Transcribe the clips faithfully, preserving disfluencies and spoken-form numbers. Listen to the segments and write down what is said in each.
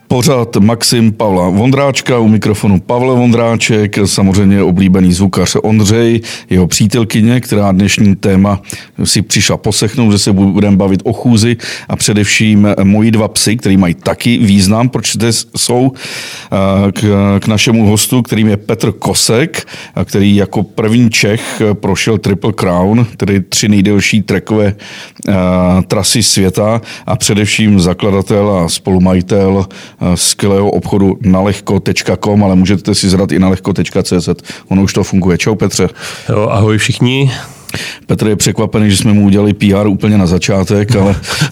Pořád Maxim Pavla Vondráčka, u mikrofonu Pavel Vondráček, samozřejmě oblíbený zvukař Ondřej, jeho přítelkyně, která dnešní téma si přišla poslechnout, že se budeme bavit o chůzi a především moji dva psy, který mají taky význam, proč zde jsou, k, k našemu hostu, kterým je Petr Kosek, který jako první Čech prošel Triple Crown, tedy tři nejdelší trackové trasy světa a především zakladatel a spolumajitel skvělého obchodu nalehko tečka com, ale můžete si zadat i nalehko tečka cé zet. Ono už to funguje. Čau Petře. Jo, ahoj všichni. Petr je překvapený, že jsme mu udělali P R úplně na začátek, ale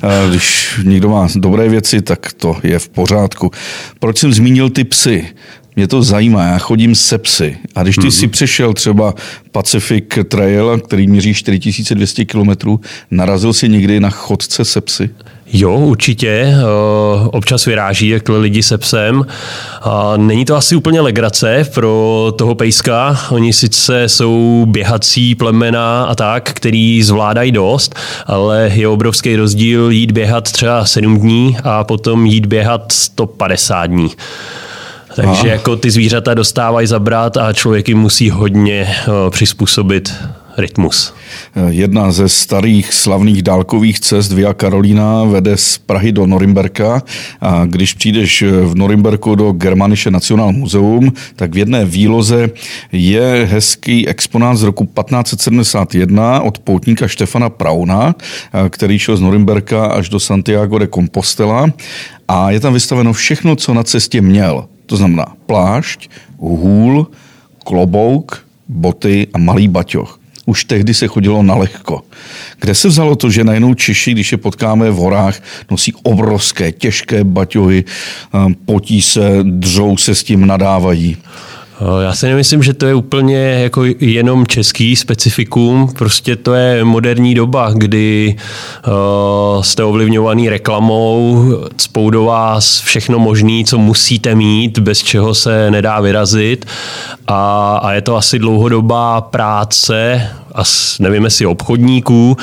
když někdo má dobré věci, tak to je v pořádku. Proč jsem zmínil ty psy? Mě to zajímá, já chodím se psy. A když ty mm-hmm. si přešel třeba Pacific Trail, který měří čtyři tisíce dvě stě kilometrů, narazil jsi někdy na chodce se psy? Jo, určitě. Občas vyráží jakhle lidi se psem. Není to asi úplně legrace pro toho pejska. Oni sice jsou běhací plemena a tak, který zvládají dost, ale je obrovský rozdíl jít běhat třeba sedm dní a potom jít běhat sto padesát dní. Takže a. jako ty zvířata dostávají zabrat a člověk jim musí hodně přizpůsobit rytmus. Jedna ze starých slavných dálkových cest Via Carolina vede z Prahy do Norimberka a když přijdeš v Norimberku do Germanische Nationalmuseum, tak v jedné výloze je hezký exponát z roku patnáct set sedmdesát jedna od poutníka Štefana Prauna, který šel z Norimberka až do Santiago de Compostela a je tam vystaveno všechno, co na cestě měl. To znamená plášť, hůl, klobouk, boty a malý baťoch. Už tehdy se chodilo na lehko. Kde se vzalo to, že najednou Češi, když je potkáme v horách, nosí obrovské, těžké baťohy, potí se, dřou se s tím, nadávají? Já si nemyslím, že to je úplně jako jenom český specifikum, prostě to je moderní doba, kdy uh, jste ovlivňovaný reklamou, cpou do vás všechno možný, co musíte mít, bez čeho se nedá vyrazit a, a je to asi dlouhodobá práce, as, nevím jestli obchodníků,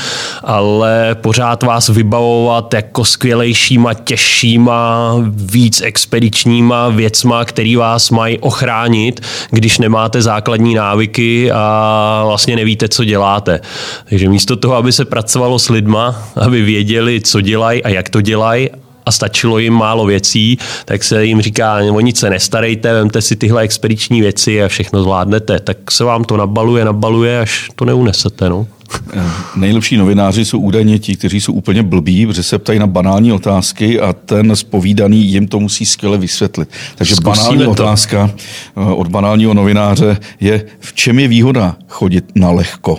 ale pořád vás vybavovat jako skvělejšíma, těžšíma, víc expedičníma věcma, který vás mají ochránit, když nemáte základní návyky a vlastně nevíte, co děláte. Takže místo toho, aby se pracovalo s lidma, aby věděli, co dělají a jak to dělají, a stačilo jim málo věcí, tak se jim říká, o nic se nestarejte, vemte si tyhle expediční věci a všechno zvládnete. Tak se vám to nabaluje, nabaluje, až to neunesete. No. Nejlepší novináři jsou údajně ti, kteří jsou úplně blbí, protože se ptají na banální otázky a ten zpovídaný jim to musí skvěle vysvětlit. Takže Zkusíme banální to. otázka od banálního novináře je, v čem je výhoda chodit na lehko?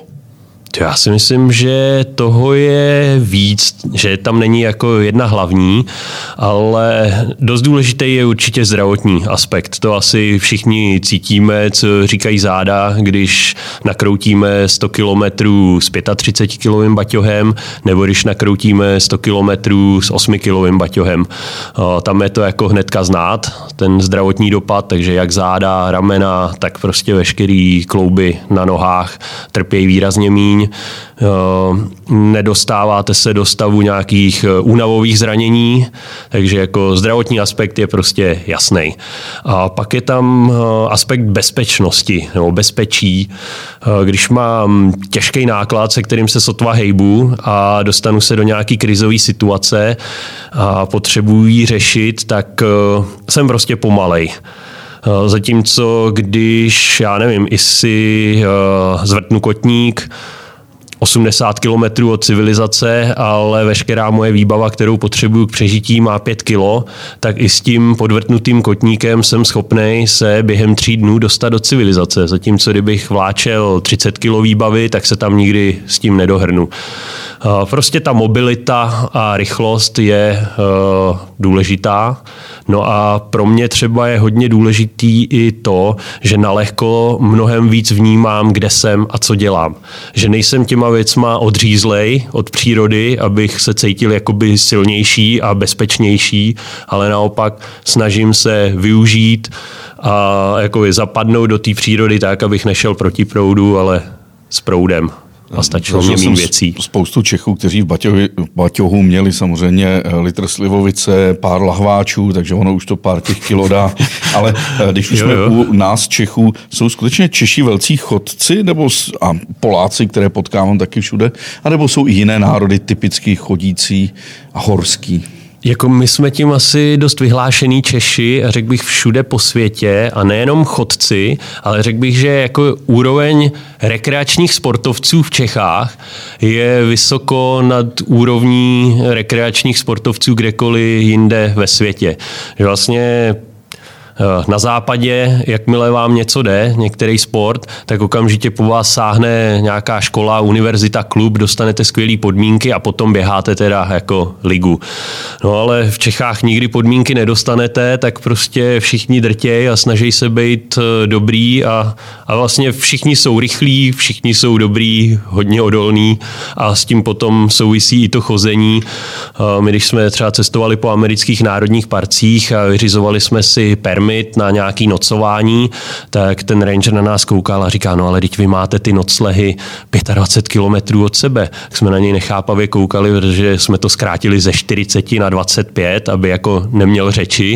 Já si myslím, že toho je víc, že tam není jako jedna hlavní, ale dost důležitý je určitě zdravotní aspekt. To asi všichni cítíme, co říkají záda, když nakroutíme sto kilometrů s třicet pět kilovým baťohem, nebo když nakroutíme sto kilometrů s osm kilovým baťohem. Tam je to jako hnedka znát, ten zdravotní dopad, takže jak záda, ramena, tak prostě veškerý klouby na nohách trpějí výrazně míň. Nedostáváte se do stavu nějakých únavových zranění, takže jako zdravotní aspekt je prostě jasný. A pak je tam aspekt bezpečnosti nebo bezpečí. Když mám těžký náklad, se kterým se sotva hejbu a dostanu se do nějaký krizové situace a potřebuji ji řešit, tak jsem prostě pomalej. Zatímco když, já nevím, i si zvrtnu kotník, osmdesát kilometrů od civilizace, ale veškerá moje výbava, kterou potřebuju k přežití, má pět kilo, tak i s tím podvrtnutým kotníkem jsem schopnej se během tří dnů dostat do civilizace. Zatímco kdybych vláčel třicet kilo výbavy, tak se tam nikdy s tím nedohrnu. Prostě ta mobilita a rychlost je uh, důležitá. No a pro mě třeba je hodně důležitý i to, že na lehko mnohem víc vnímám, kde jsem a co dělám. Že nejsem těma věcma odřízlej od přírody, abych se cítil jakoby silnější a bezpečnější, ale naopak snažím se využít a jakoby zapadnout do té přírody tak, abych nešel proti proudu, ale s proudem. a stačilo mě méně věcí. Spoustu Čechů, kteří v baťohu, baťohu měli samozřejmě litr slivovice, pár lahváčů, takže ono už to pár těch kilo dá. Ale když už jo, jsme jo. u nás Čechů, jsou skutečně Češi velcí chodci nebo a Poláci, které potkávám taky všude, anebo jsou i jiné národy typicky chodící a horský? Jako my jsme tím asi dost vyhlášený Češi, řekl bych všude po světě a nejenom chodci, ale řekl bych, že jako úroveň rekreačních sportovců v Čechách je vysoko nad úrovní rekreačních sportovců kdekoliv jinde ve světě. Že vlastně na západě, jakmile vám něco jde, některý sport, tak okamžitě po vás sáhne nějaká škola, univerzita, klub, dostanete skvělé podmínky a potom běháte teda jako ligu. No ale v Čechách nikdy podmínky nedostanete, tak prostě všichni drtějí a snaží se být dobrý a, a vlastně všichni jsou rychlí, všichni jsou dobrý, hodně odolní a s tím potom souvisí i to chození. My, když jsme třeba cestovali po amerických národních parcích a vyřizovali jsme si permit na nějaké nocování, tak ten ranger na nás koukal a říká, no ale teď vy máte ty noclehy dvacet pět kilometrů od sebe. Tak jsme na něj nechápavě koukali, protože jsme to zkrátili ze čtyřicet na dvacet pět, aby jako neměl řeči.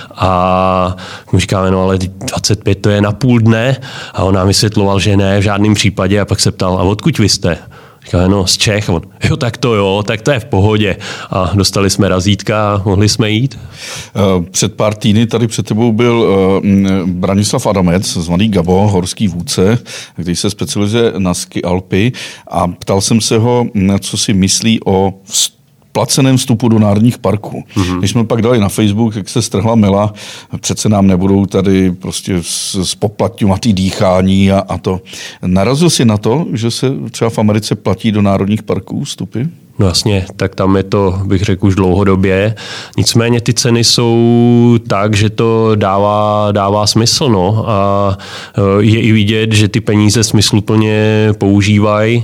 A my říkáme, no ale dvacet pět to je na půl dne. A on nám vysvětloval, že ne, v žádném případě. A pak se ptal, a odkud vy jste? Říkali, no z Čech. On, jo, tak to jo, tak to je v pohodě. A dostali jsme razítka a mohli jsme jít. Před pár týdny tady před tebou byl Branislav Adamec, zvaný Gabo, horský vůdce, který se specializuje na ski Alpy a ptal jsem se ho, co si myslí o placeném vstupu do národních parků. Mm-hmm. Když jsme pak dali na Facebook, tak se strhla mela, přece nám nebudou tady prostě spoplatňovat dýchání a, a to. Narazil jsi na to, že se třeba v Americe platí do národních parků vstupy? No jasně, tak tam je to, bych řekl, už dlouhodobě. Nicméně ty ceny jsou tak, že to dává, dává smysl. No. A je i vidět, že ty peníze smysluplně používají.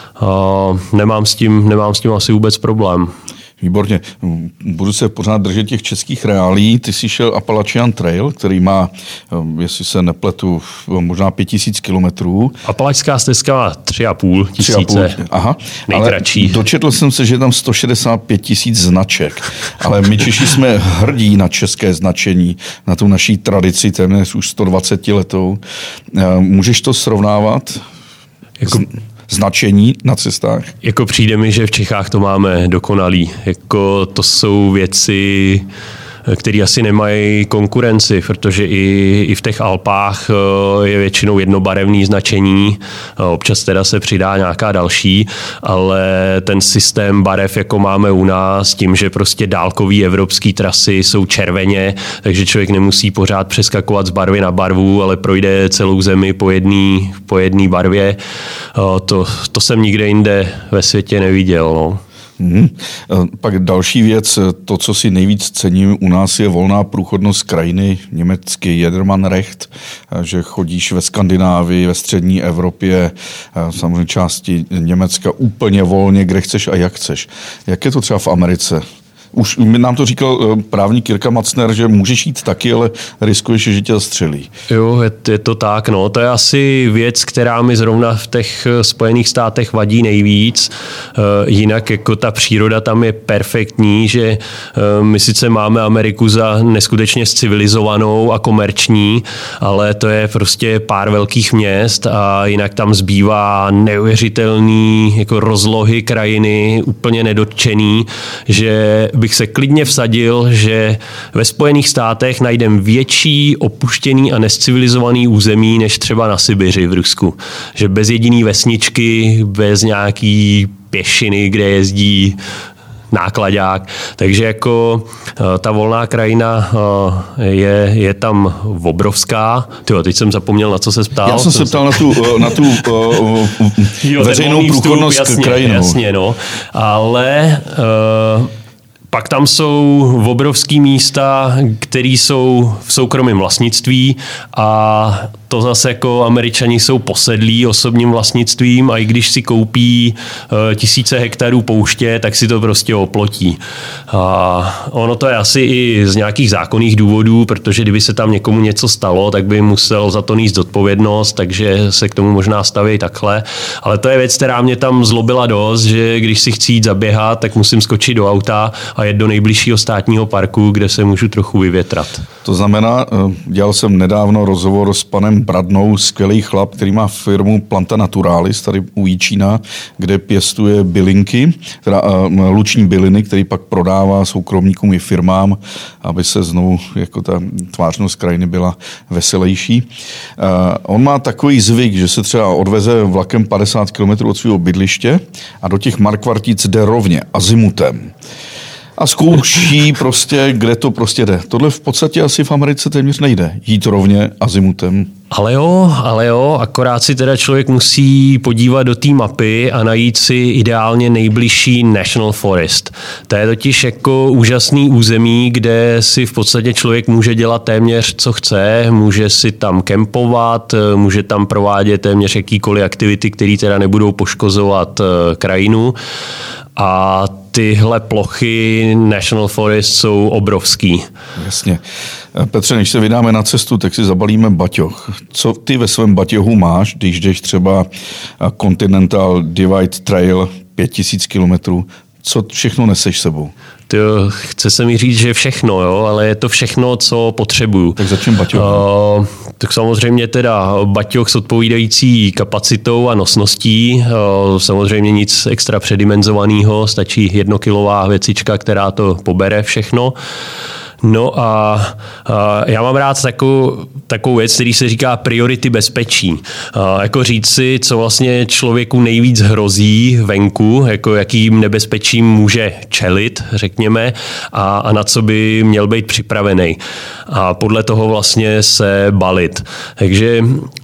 Uh, nemám s tím, nemám s tím asi vůbec problém. Výborně. Budu se pořád držet těch českých reálí. Ty jsi šel Appalachian Trail, který má, jestli se nepletu, možná pět tisíc kilometrů. Apalačská stezka má tři a půl tisíce. Aha. Nejkratší. Ale dočetl jsem se, že je tam sto šedesát pět tisíc značek. Ale my Češi jsme hrdí na české značení, na tu naší tradici, téměř už sto dvacet letou. Můžeš to srovnávat? Jako... značení na cestách? Jako přijde mi, že v Čechách to máme dokonalý. Jako to jsou věci, které asi nemají konkurenci, protože i, i v těch Alpách je většinou jednobarevné značení, občas teda se přidá nějaká další, ale ten systém barev, jako máme u nás, tím, že prostě dálkový evropský trasy jsou červeně, takže člověk nemusí pořád přeskakovat z barvy na barvu, ale projde celou zemi po jedné po jedné barvě. To, to jsem nikde jinde ve světě neviděl. No. Hmm. Pak další věc, to, co si nejvíc cením u nás, je volná průchodnost krajiny, německý Jedermannrecht, že chodíš ve Skandinávii, ve střední Evropě, samozřejmě části Německa úplně volně, kde chceš a jak chceš. Jak je to třeba v Americe? Už nám to říkal právník Jirka Macner, že můžeš jít taky, ale riskuješ, že tě zastřelí. Jo, je, je to tak. No. To je asi věc, která mi zrovna v těch Spojených státech vadí nejvíc. Jinak jako ta příroda tam je perfektní, že my sice máme Ameriku za neskutečně civilizovanou a komerční, ale to je prostě pár velkých měst a jinak tam zbývá neuvěřitelný jako rozlohy krajiny, úplně nedotčený, že bych se klidně vsadil, že ve Spojených státech najdem větší opuštěný a nescivilizovaný území než třeba na Sibiři v Rusku. Že bez jediný vesničky, bez nějaký pěšiny, kde jezdí nákladák. Takže jako ta volná krajina je, je tam obrovská. Tyjo, teď jsem zapomněl, na co se ptal. Já jsem se ptal na tu, na tu jo, veřejnou průchodnost jasně, krajinou. Jasně, no. Ale uh, Pak tam jsou obrovský místa, které jsou v soukromém vlastnictví a to zase jako Američani jsou posedlí osobním vlastnictvím a i když si koupí e, tisíce hektarů pouště, tak si to prostě oplotí. A ono to je asi i z nějakých zákonných důvodů, protože kdyby se tam někomu něco stalo, tak by musel za to nést zodpovědnost, takže se k tomu možná staví takhle. Ale to je věc, která mě tam zlobila dost, že když si chci jít zaběhat, tak musím skočit do auta a jet do nejbližšího státního parku, kde se můžu trochu vyvětrat. To znamená, dělal jsem nedávno rozhovor s panem Bradnou, skvělý chlap, který má firmu Planta Naturalis tady u Jíčína, kde pěstuje bylinky, teda uh, luční byliny, který pak prodává soukromníkům i firmám, aby se znovu jako ta tvářnost krajiny byla veselější. Uh, on má takový zvyk, že se třeba odveze vlakem padesát kilometrů od svého bydliště a do těch Markvartic jde rovně azimutem. A zkouší prostě, kde to prostě jde. Tohle v podstatě asi v Americe téměř nejde. Jít rovně azimutem. Ale jo, ale jo, akorát si teda člověk musí podívat do té mapy a najít si ideálně nejbližší National Forest. To je totiž jako úžasný území, kde si v podstatě člověk může dělat téměř co chce, může si tam kempovat, může tam provádět téměř jakýkoliv aktivity, které teda nebudou poškozovat krajinu. A tyhle plochy National Forest jsou obrovský. Jasně. Petře, než se vydáme na cestu, tak si zabalíme baťoch. Co ty ve svém baťohu máš, když jdeš třeba Continental Divide Trail pět tisíc kilometrů? Co všechno neseš sebou? To chce se mi říct, že všechno, jo, ale je to všechno, co potřebuju. Tak začnem baťohem. Uh, tak samozřejmě teda baťoch s odpovídající kapacitou a nosností. Uh, samozřejmě nic extra předimenzovaného, stačí jednokilová věcička, která to pobere všechno. No a, a já mám rád takovou, takovou věc, který se říká priority bezpečí. A jako říct si, co vlastně člověku nejvíc hrozí venku, jako jakým nebezpečím může čelit, řekněme, a, a na co by měl být připravený. A podle toho vlastně se balit. Takže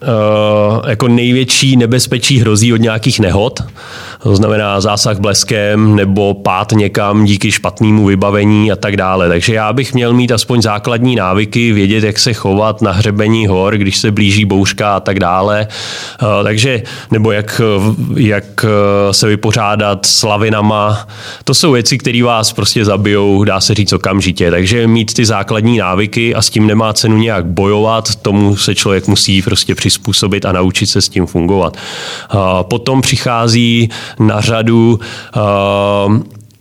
a, jako největší nebezpečí hrozí od nějakých nehod, to znamená zásah bleskem nebo pád někam díky špatnému vybavení a tak dále. Takže já bych měl mít aspoň základní návyky, vědět, jak se chovat na hřebení hor, když se blíží bouřka a tak dále. Takže, nebo jak, jak se vypořádat s lavinama. To jsou věci, které vás prostě zabijou, dá se říct okamžitě. Takže mít ty základní návyky a s tím nemá cenu nějak bojovat, tomu se člověk musí prostě přizpůsobit a naučit se s tím fungovat. Potom přichází na řadu uh,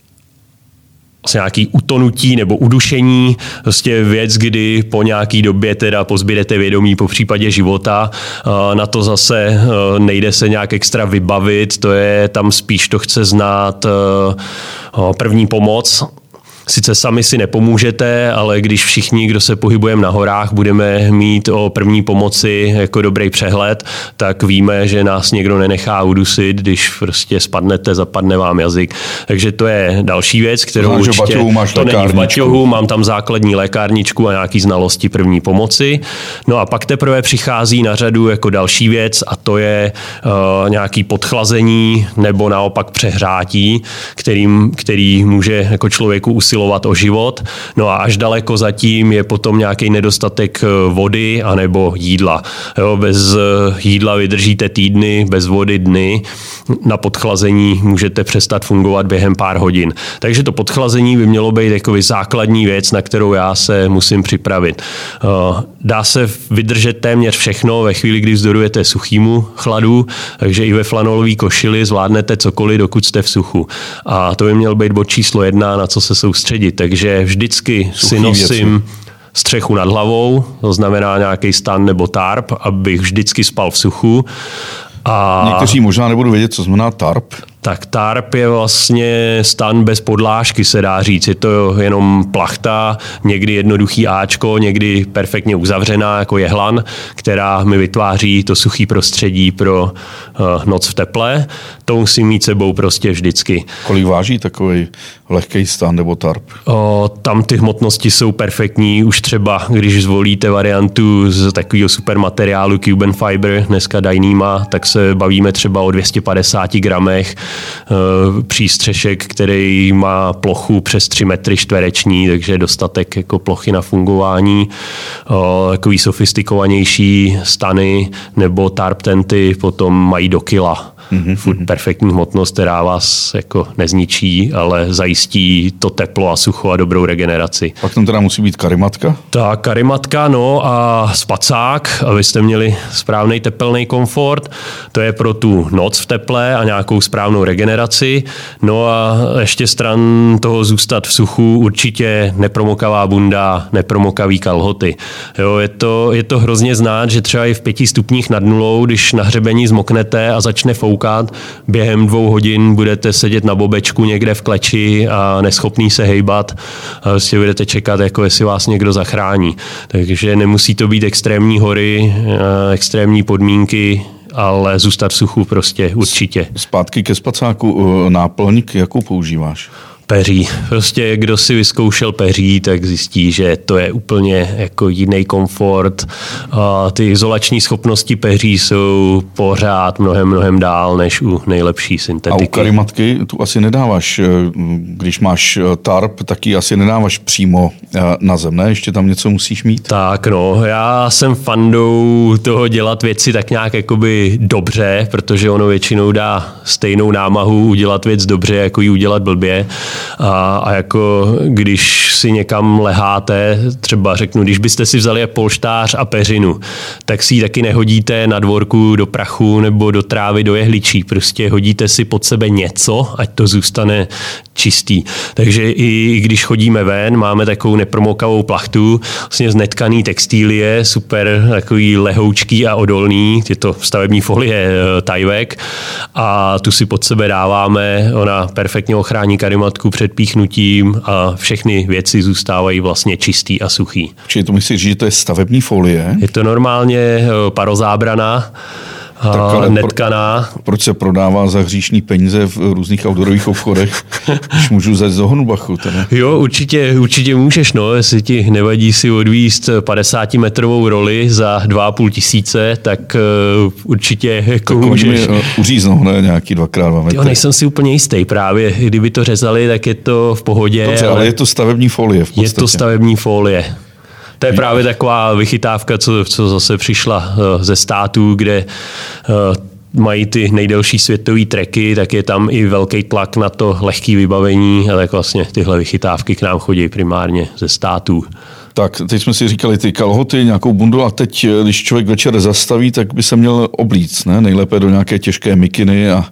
nějaký utonutí nebo udušení, prostě věc, kdy po nějaký době teda pozbydete vědomí po případě života. Uh, na to zase uh, nejde se nějak extra vybavit, to je tam spíš to chce znát uh, uh, první pomoc. Sice sami si nepomůžete, ale když všichni, kdo se pohybujeme na horách, budeme mít o první pomoci jako dobrý přehled, tak víme, že nás někdo nenechá udusit, když prostě spadnete, zapadne vám jazyk. Takže to je další věc, kterou Znám, určitě... To není v baťohu, mám tam základní lékárničku a nějaký znalosti první pomoci. No a pak teprve přichází na řadu jako další věc a to je uh, nějaký podchlazení nebo naopak přehrátí, kterým, který může jako člověku usilovat o život. No a až daleko zatím je potom nějaký nedostatek vody anebo jídla. Jo, bez jídla vydržíte týdny, bez vody dny. Na podchlazení můžete přestat fungovat během pár hodin. Takže to podchlazení by mělo být jako základní věc, na kterou já se musím připravit. Dá se vydržet téměř všechno ve chvíli, kdy vzdorujete suchýmu chladu, takže i ve flanelové košili zvládnete cokoliv, dokud jste v suchu. A to by měl být bod číslo jedna, na co se soustředit. Takže vždycky Suchý si nosím věci. Střechu nad hlavou, to znamená nějaký stan nebo tarp, abych vždycky spal v suchu. A někteří možná nebudou vědět, co znamená tarp. Tak tarp je vlastně stan bez podlážky, se dá říct. Je to jenom plachta, někdy jednoduchý áčko, někdy perfektně uzavřená jako jehlan, která mi vytváří to suchý prostředí pro uh, noc v teple. To musím mít sebou prostě vždycky. Kolik váží takový lehký stan nebo tarp? O, tam ty hmotnosti jsou perfektní. Už třeba, když zvolíte variantu z takového supermateriálu Cuben Fiber, dneska Dyneema, tak se bavíme třeba o dvě stě padesát gramech. přístřešek, který má plochu přes tři metry čtvereční, takže dostatek jako plochy na fungování. Takový sofistikovanější stany nebo tarp tenty potom mají do kila. Mm-hmm. Furt perfektní hmotnost, která vás jako nezničí, ale zajistí to teplo a sucho a dobrou regeneraci. Pak tam teda musí být karimatka? Ta karimatka, no a spacák, abyste měli správný tepelný komfort. To je pro tu noc v teple a nějakou správnou regeneraci. No a ještě stran toho zůstat v suchu určitě nepromokavá bunda, nepromokavý kalhoty. Jo, je to, je to hrozně znát, že třeba i v pěti stupních nad nulou, když na hřebení zmoknete a začne foukat, během dvou hodin budete sedět na bobečku někde v kleči a neschopný se hejbat a vlastně budete čekat, jako jestli vás někdo zachrání. Takže nemusí to být extrémní hory, extrémní podmínky, ale zůstat v suchu prostě určitě. Zpátky ke spacáku, náplň, jakou používáš? Peří. Prostě kdo si vyzkoušel peří, tak zjistí, že to je úplně jako jiný komfort. A ty izolační schopnosti peří jsou pořád mnohem, mnohem dál než u nejlepší syntetiky. A u karimatky tu asi nedáváš, když máš tarp, tak ji asi nedáváš přímo na zem, ne? Ještě tam něco musíš mít? Tak no, já jsem fandou toho dělat věci tak nějak jakoby dobře, protože ono většinou dá stejnou námahu udělat věc dobře, jako ji udělat blbě. A, a jako když si někam leháte, třeba řeknu, když byste si vzali polštář a peřinu, tak si ji taky nehodíte na dvorku do prachu nebo do trávy, do jehličí. Prostě hodíte si pod sebe něco, ať to zůstane čistý. Takže i když chodíme ven, máme takovou nepromokavou plachtu, vlastně z netkaný textílie, super takový lehoučký a odolný, je to stavební folie Tyvek a tu si pod sebe dáváme, ona perfektně ochrání karimatku před píchnutím a všechny věci zůstávají vlastně čistý a suchý. Čili to myslíš, že to je stavební folie? Je to normálně parozábrana, tak netkaná. Pro, proč se prodává za hříšní peníze v různých outdoorových obchodech, když můžu zajít do Hornbachu? Teda. Jo, určitě, určitě můžeš, no, jestli ti nevadí si odvízt padesátimetrovou roli za dva a půl tisíce, tak uh, určitě jako tak můžeš. Tak uříznou, ne, nějaký dvakrát dva metry. Jo, nejsem si úplně jistý právě, kdyby to řezali, tak je to v pohodě. Dobře, ale, ale je to stavební folie v podstatě. Je to stavební folie. To je právě taková vychytávka, co, co zase přišla ze států, kde mají ty nejdelší světové treky, tak je tam i velký tlak na to lehké vybavení a tak vlastně tyhle vychytávky k nám chodí primárně ze států. Tak, teď jsme si říkali ty kalhoty, nějakou bundu a teď, když člověk večer zastaví, tak by se měl oblíct, ne? Nejlépe do nějaké těžké mikiny a...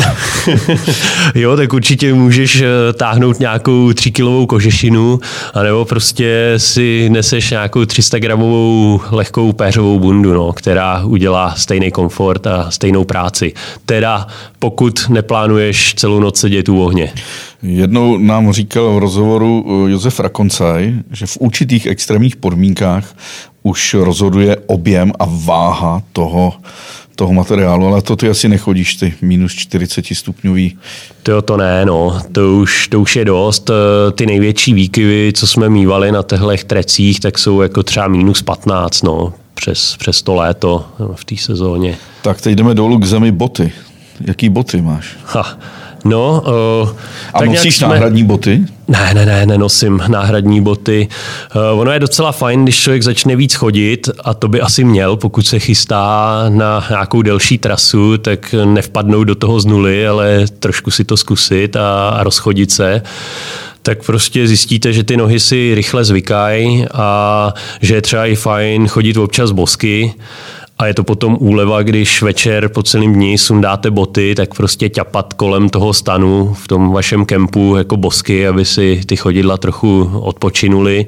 Jo, tak určitě můžeš táhnout nějakou tříkilovou kožešinu anebo prostě si neseš nějakou tři sta gramovou lehkou péřovou bundu, no, která udělá stejný komfort a stejnou práci. Teda pokud neplánuješ celou noc sedět u ohně. Jednou nám říkal v rozhovoru Josef Rakoncaj, že v určitých extrémních podmínkách už rozhoduje objem a váha toho, toho materiálu, ale to ty asi nechodíš, ty minus čtyřicet stupňový. To, to ne, no, to už, to už je dost. Ty největší výkyvy, co jsme mívali na těchto trecích, tak jsou jako třeba minus patnáct, no, přes, přes to léto v té sezóně. Tak teď jdeme dolů k zemi boty. Jaký boty máš? Ha. No, uh, a tak nosíš jsme... náhradní boty? Ne, ne, ne, nenosím náhradní boty. Uh, ono je docela fajn, když člověk začne víc chodit a to by asi měl, pokud se chystá na nějakou delší trasu, tak nevpadnout do toho z nuly, ale trošku si to zkusit a, a rozchodit se. Tak prostě zjistíte, že ty nohy si rychle zvykají a že je třeba i fajn chodit občas bosky. A je to potom úleva, když večer po celém dni sundáte boty, tak prostě ťapat kolem toho stanu v tom vašem kempu jako bosky, aby si ty chodidla trochu odpočinuly.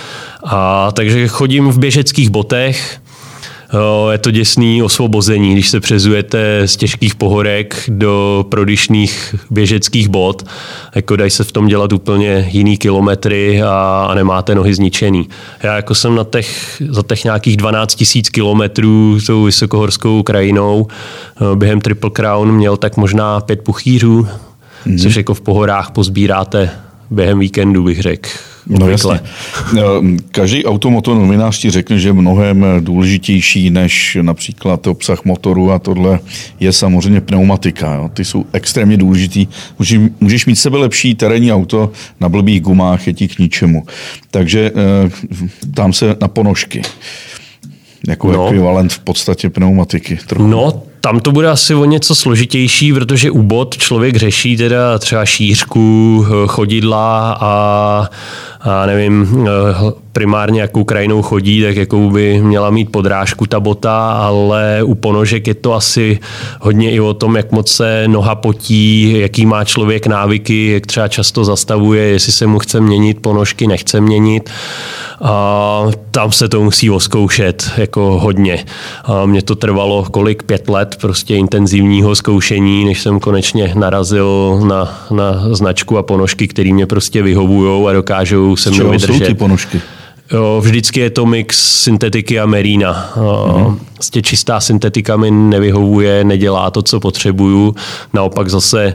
A takže chodím v běžeckých botech. Je to děsný osvobození, když se přezujete z těžkých pohorek do prodyšných běžeckých bot. Jako dají se v tom dělat úplně jiný kilometry a, a nemáte nohy zničený. Já jako jsem na těch, za těch nějakých dvanáct tisíc kilometrů tou vysokohorskou krajinou během Triple Crown měl tak možná pět puchýřů, mm-hmm. což jako v pohorách pozbíráte během víkendu, bych řekl. No jasně. Každý automotonovinář ti řekne, že je mnohem důležitější než například obsah motoru a tohle je samozřejmě pneumatika. Jo. Ty jsou extrémně důležitý. Můžeš, můžeš mít sebe lepší terénní auto na blbých gumách, je ti k ničemu. Takže tam se na ponožky. Jako no. ekvivalent v podstatě pneumatiky. Trochu. No, tam to bude asi o něco složitější, protože u bot člověk řeší teda třeba šířku, chodidla a, a nevím, primárně jakou krajinou chodí, tak jakou by měla mít podrážku ta bota, ale u ponožek je to asi hodně i o tom, jak moc se noha potí, jaký má člověk návyky, jak třeba často zastavuje, jestli se mu chce měnit ponožky, nechce měnit. A tam se to musí oskoušet jako hodně. A mně to trvalo kolik pět let prostě intenzivního zkoušení, než jsem konečně narazil na, na značku a ponožky, které mě prostě vyhovujou a dokážou se mnou vydržet. Jsou ty ponožky? Jo, vždycky je to mix syntetiky a merina. Mm. Vlastně čistá syntetika mi nevyhovuje, nedělá to, co potřebuju. Naopak zase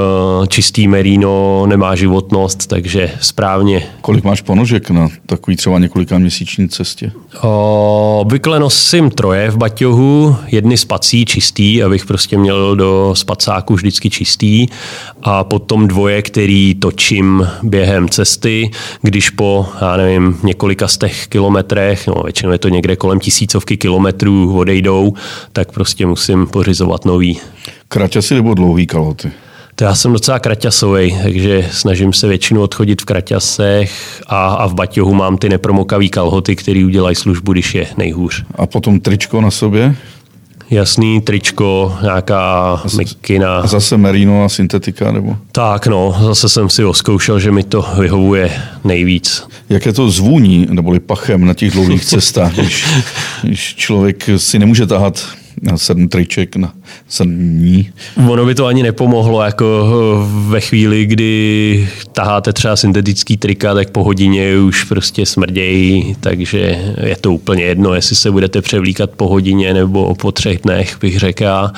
čistý merino nemá životnost, takže správně. Kolik máš ponožek na takový třeba několika měsíční cestě? O, obvykle nosím troje v baťohu, jedny spací čistý, abych prostě měl do spacáku vždycky čistý a potom dvoje, který točím během cesty, když po, já nevím, několika stech kilometrech, no většinou je to někde kolem tisícovky kilometrů odejdou, tak prostě musím pořizovat nový. Kraťasy nebo dlouhý kalhoty? To já jsem docela kraťasovej, takže snažím se většinou odchodit v kraťasech a, a v baťohu mám ty nepromokavý kalhoty, které udělají službu, když je nejhůř. A potom tričko na sobě? Jasný, tričko, nějaká mikina. A zase merino a syntetika, nebo? Tak no, zase jsem si oskoušel, že mi to vyhovuje nejvíc. Jak je to zvůní, neboli pachem na těch dlouhých cestách, když, když člověk si nemůže tahat na sedm triček na sedm dní. Ono by to ani nepomohlo, jako ve chvíli, kdy taháte třeba syntetický trika, tak po hodině už prostě smrdějí, takže je to úplně jedno, jestli se budete převlíkat po hodině nebo po třech dnech, bych řekl.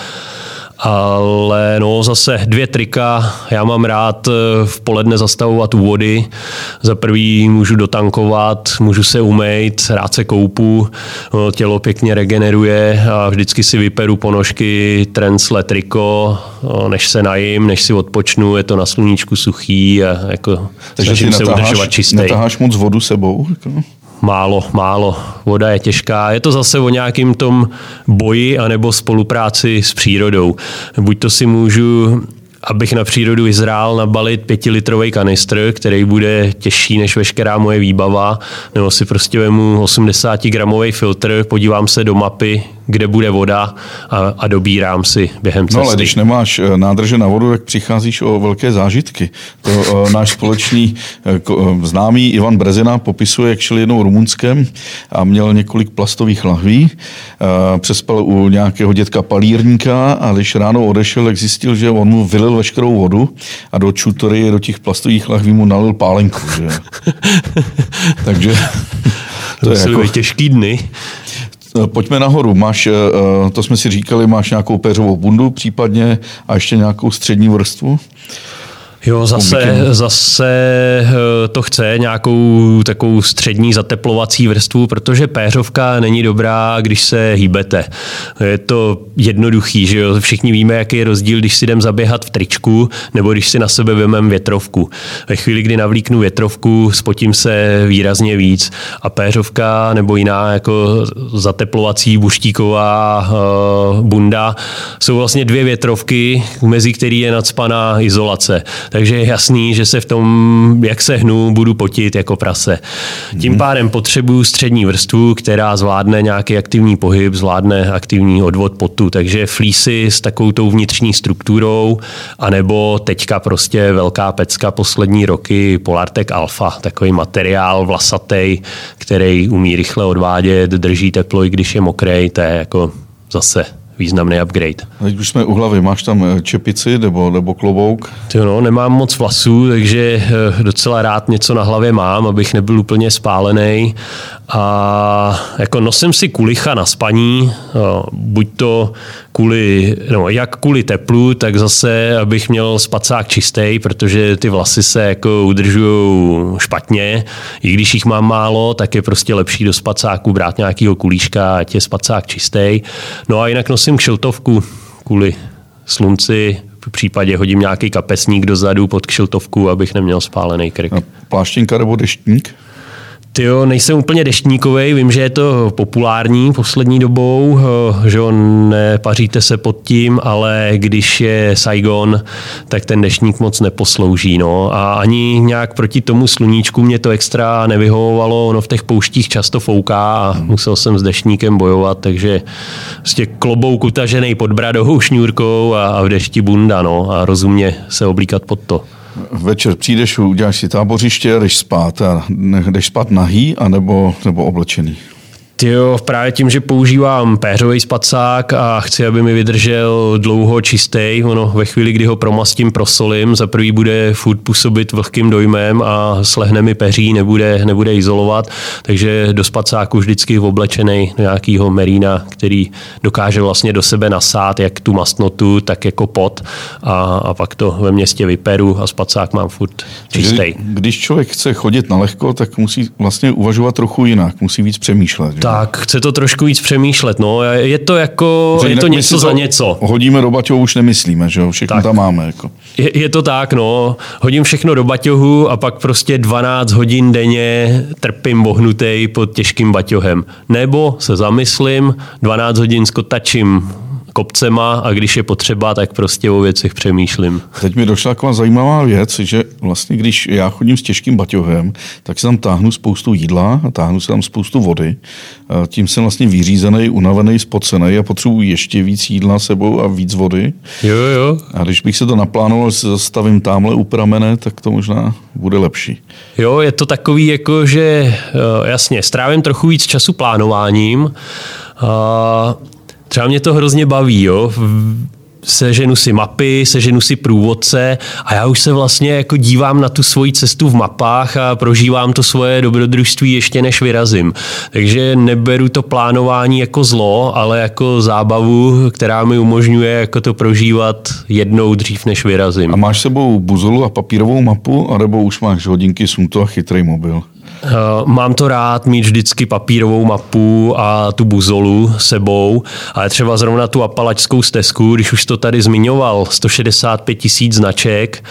Ale no zase dvě trika, já mám rád v poledne zastavovat u vody, za prvý můžu dotankovat, můžu se umýt, rád se koupu, tělo pěkně regeneruje a vždycky si vyperu ponožky, trencle, triko, než se najím, než si odpočnu, je to na sluníčku suchý a jako snažím se udržovat čistý. Netaháš moc vodu sebou? Jako? Málo, málo. Voda je těžká. Je to zase o nějakým tom boji anebo spolupráci s přírodou. Buď to si můžu, abych na přírodu vyzrál, nabalit pětilitrový kanistr, který bude těžší než veškerá moje výbava, nebo si prostě vemu osmdesátigramový filtr, podívám se do mapy, kde bude voda a, a dobírám si během cesty. No ale když nemáš nádrže na vodu, tak přicházíš o velké zážitky. To uh, náš společný uh, známý Ivan Brezina popisuje, jak šel jednou Rumunskem a měl několik plastových lahví. Uh, přespal u nějakého dětka palírníka a když ráno odešel, tak zjistil, že on mu vylil veškerou vodu a do čutory, do těch plastových lahví mu nalil pálenku. Že? Takže to, to je jako těžký dny. Pojďme nahoru. Máš, to jsme si říkali, máš nějakou péřovou bundu případně a ještě nějakou střední vrstvu? Jo, zase, zase to chce nějakou takovou střední zateplovací vrstvu, protože péřovka není dobrá, když se hýbete. Je to jednoduchý, že jo? Všichni víme, jaký je rozdíl, když si jdem zaběhat v tričku, nebo když si na sebe vemem větrovku. Ve chvíli, kdy navlíknu větrovku, spotím se výrazně víc a péřovka nebo jiná jako zateplovací buštíková uh, bunda jsou vlastně dvě větrovky, mezi který je nacpaná izolace. Takže je jasný, že se v tom, jak se hnu, budu potit jako prase. Tím pádem potřebuju střední vrstvu, která zvládne nějaký aktivní pohyb, zvládne aktivní odvod potu. Takže flísy s takovou tou vnitřní strukturou, anebo teďka prostě velká pecka poslední roky Polartec Alpha, takový materiál vlasatej, který umí rychle odvádět, drží teplo, i když je mokrej, to je jako zase významný upgrade. Teď už jsme u hlavy, máš tam čepici nebo, nebo klobouk? Tyjo, no, nemám moc vlasů, takže docela rád něco na hlavě mám, abych nebyl úplně spálený. A jako nosím si kulicha na spaní, buď to kvůli, no, jak kvůli teplu, tak zase, abych měl spacák čistý, protože ty vlasy se jako udržují špatně. I když jich mám málo, tak je prostě lepší do spacáku brát nějakýho kulíška, ať je spacák čistý. No a jinak nosím kšiltovku kvůli slunci, v případě hodím nějaký kapesník dozadu pod kšiltovku, abych neměl spálený krk. A pláštěnka nebo deštník? Tyjo, nejsem úplně deštníkovej, vím, že je to populární poslední dobou, že jo, nepaříte se pod tím, ale když je Saigon, tak ten deštník moc neposlouží. No. A ani nějak proti tomu sluníčku mě to extra nevyhovovalo, ono v těch pouštích často fouká a musel jsem s deštníkem bojovat, takže prostě klobouk utažený pod bradou, šňůrkou a, a v dešti bunda, no, a rozumně se oblíkat pod to. Večer přijdeš, uděláš si tábořiště a jdeš spát. A jdeš spát nahý anebo, nebo oblečený? Tyjo, právě tím, že používám péřový spacák a chci, aby mi vydržel dlouho čistý, ono ve chvíli, kdy ho promastím, prosolím, za prvý bude furt působit vlhkým dojmem a slehne mi peří, nebude, nebude izolovat, takže do spacáku vždycky oblečený do nějakého merína, který dokáže vlastně do sebe nasát jak tu mastnotu, tak jako pot a, a pak to ve městě vyperu a spacák mám furt čistý. Když člověk chce chodit na lehko, tak musí vlastně uvažovat trochu jinak, musí víc přemýšlet. Že? Tak, chce to trošku víc přemýšlet, no. Je to jako, je to něco za něco. Hodíme do baťohu, už nemyslíme, že jo, všechno tak tam máme. Jako. Je, je to tak, no. Hodím všechno do baťohu a pak prostě dvanáct hodin denně trpím vohnutej pod těžkým baťohem. Nebo se zamyslím, dvanáct hodin skotačím kopcema a když je potřeba, tak prostě o věcech přemýšlím. Teď mi došla taková zajímavá věc, že vlastně když já chodím s těžkým baťohem, tak se tam táhnu spoustu jídla a táhnu se tam spoustu vody. Tím jsem vlastně vyřízený, unavený, spocený a potřebuji ještě víc jídla sebou a víc vody. Jo, jo. A když bych se to naplánoval, že zastavím tamhle u pramene, tak to možná bude lepší. Jo, je to takový jako, že jasně, strávím trochu víc času plánováním. A třeba mě to hrozně baví, jo. Seženu si mapy, seženu si průvodce a já už se vlastně jako dívám na tu svoji cestu v mapách a prožívám to svoje dobrodružství ještě než vyrazím. Takže neberu to plánování jako zlo, ale jako zábavu, která mi umožňuje jako to prožívat jednou dřív než vyrazím. A máš sebou buzolu a papírovou mapu, anebo už máš hodinky, sunto a chytrý mobil? Mám to rád mít vždycky papírovou mapu a tu buzolu sebou, ale třeba zrovna tu Apalačskou stezku, když už to tady zmiňoval, sto šedesát pět tisíc značek,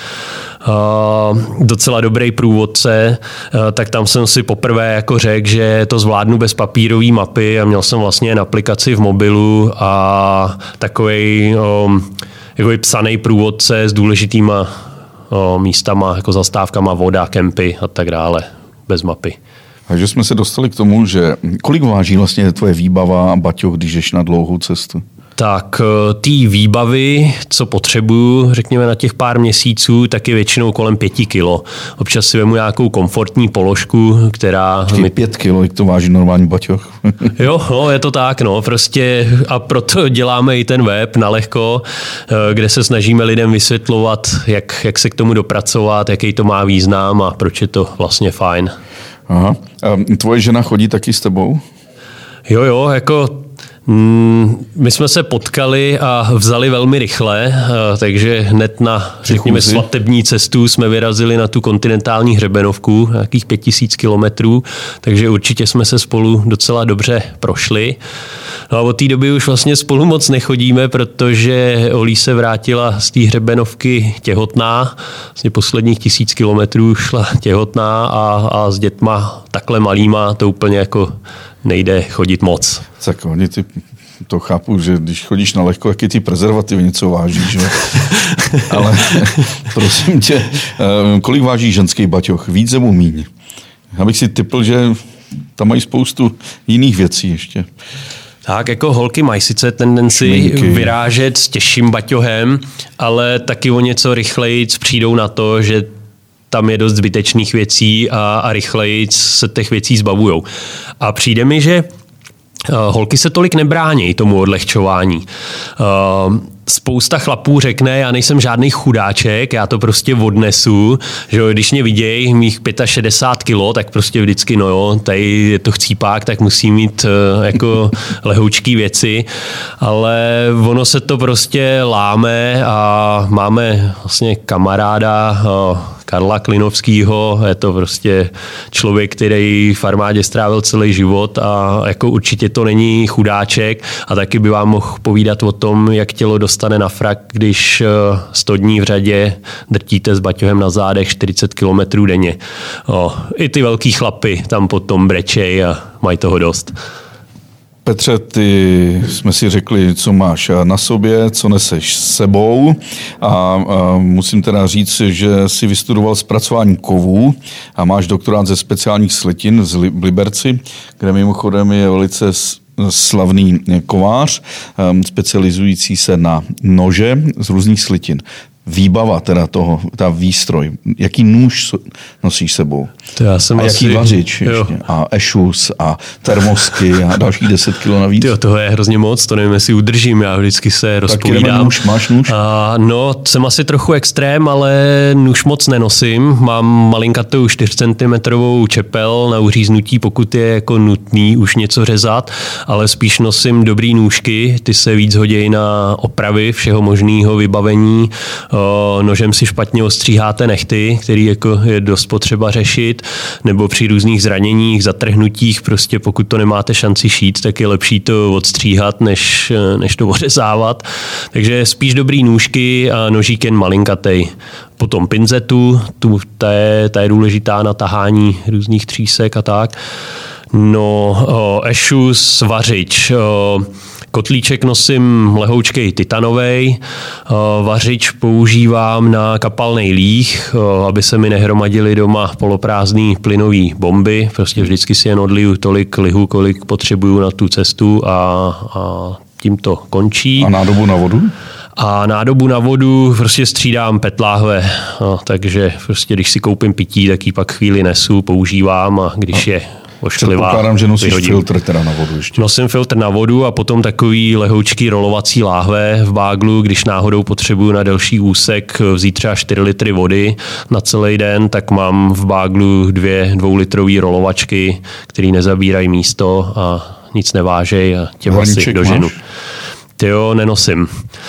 docela dobrý průvodce, tak tam jsem si poprvé jako řekl, že to zvládnu bez papírové mapy a měl jsem vlastně jen aplikaci v mobilu a takovej jako psaný průvodce s důležitýma místama, jako zastávkama, voda, kempy a tak dále. Bez mapy. Takže jsme se dostali k tomu, že kolik váží vlastně tvoje výbava a baťoch, když jdeš na dlouhou cestu? Tak ty výbavy, co potřebuju, řekněme na těch pár měsíců, tak je většinou kolem pěti kilo. Občas si vemu nějakou komfortní položku, která... Mi... Pět kilo, jak to váží normální baťoch. Jo, no, je to tak, no, prostě a proto děláme i ten web na lehko, kde se snažíme lidem vysvětlovat, jak, jak se k tomu dopracovat, jaký to má význam a proč je to vlastně fajn. Aha. A tvoje žena chodí taky s tebou? Jo, jo, jako... My jsme se potkali a vzali velmi rychle, takže hned na, řekněme, svatební cestu jsme vyrazili na tu kontinentální hřebenovku, nějakých pět tisíc kilometrů, takže určitě jsme se spolu docela dobře prošli. No a od té doby už vlastně spolu moc nechodíme, protože Olí se vrátila z té hřebenovky těhotná, vlastně posledních tisíc kilometrů šla těhotná a, a s dětma takhle malýma to úplně jako nejde chodit moc. Tak oni ty, to chápu, že když chodíš na lehko, jak i ty prezervativy něco váží, že? Ale prosím tě, kolik váží ženský baťoch? Víc nebo míň? Já bych si tipl, že tam mají spoustu jiných věcí ještě. Tak jako holky mají sice tendenci Šminky. vyrážet s těžším baťohem, ale taky o něco rychleji přijdou na to, že tam je dost zbytečných věcí a, a rychleji se těch věcí zbavujou. A přijde mi, že holky se tolik nebrání tomu odlehčování. Spousta chlapů řekne, já nejsem žádný chudáček, já to prostě odnesu, že když mě vidějí mých šedesát pět kilo, tak prostě vždycky, no jo, tady je to chcípák, tak musí mít jako lehoučký věci, ale ono se to prostě láme a máme vlastně kamaráda Karla Klinovskýho, je to prostě člověk, který v armádě strávil celý život a jako určitě to není chudáček a taky by vám mohl povídat o tom, jak tělo dostane na frak, když sto dní v řadě drtíte s baťohem na zádech čtyřicet kilometrů denně. O, i ty velký chlapy tam potom brečej a mají toho dost. Petře, ty jsme si řekli, co máš na sobě, co neseš s sebou a, a musím teda říct, že jsi vystudoval zpracování kovů a máš doktorát ze speciálních slitin v Liberci, kde mimochodem je velice slavný kovář, specializující se na nože z různých slitin. Výbava teda toho, ta výstroj. Jaký nůž nosíš sebou? To já jsem a asi... jaký vařič ještě? A ešus a termosky a další deset kilo navíc? Tyjo, toho je hrozně moc, to nevím, jestli udržím, já vždycky se rozpovídám. Tak nůž, máš nůž? A, no, jsem asi trochu extrém, ale nůž moc nenosím. Mám malinkatou čtyři centimetry čepel na uříznutí, pokud je jako nutný už něco řezat, ale spíš nosím dobrý nůžky, ty se víc hodí na opravy všeho možného vybavení. Nožem si špatně ostříháte nechty, který jako je dost potřeba řešit, nebo při různých zraněních, zatrhnutích, prostě pokud to nemáte šanci šít, tak je lepší to odstříhat, než, než to ořezávat. Takže spíš dobrý nůžky a nožík jen malinkatej. Potom pinzetu, tu, ta, je, ta je důležitá na tahání různých třísek a tak. No, ešus, vařič. Kotlíček nosím lehoučkej titanovej, vařič používám na kapalnej líh, aby se mi nehromadily doma poloprázdný plynový bomby. Prostě vždycky si jen odliju tolik lihu, kolik potřebuju na tu cestu a, a tím to končí. A nádobu na vodu? A nádobu na vodu prostě střídám pet láhve, no, takže prostě když si koupím pití, tak ji pak chvíli nesu, používám a když je ošklivá. Předpokládám, že nosíš vyhodím. Filtr teda na vodu ještě. Nosím filtr na vodu a potom takový lehoučký rolovací láhve v báglu, když náhodou potřebuju na delší úsek vzít třeba čtyři litry vody na celý den, tak mám v báglu dvě dvoulitrový rolovačky, které nezabírají místo a nic nevážej a těm asi doženu. Tyjo, nenosím.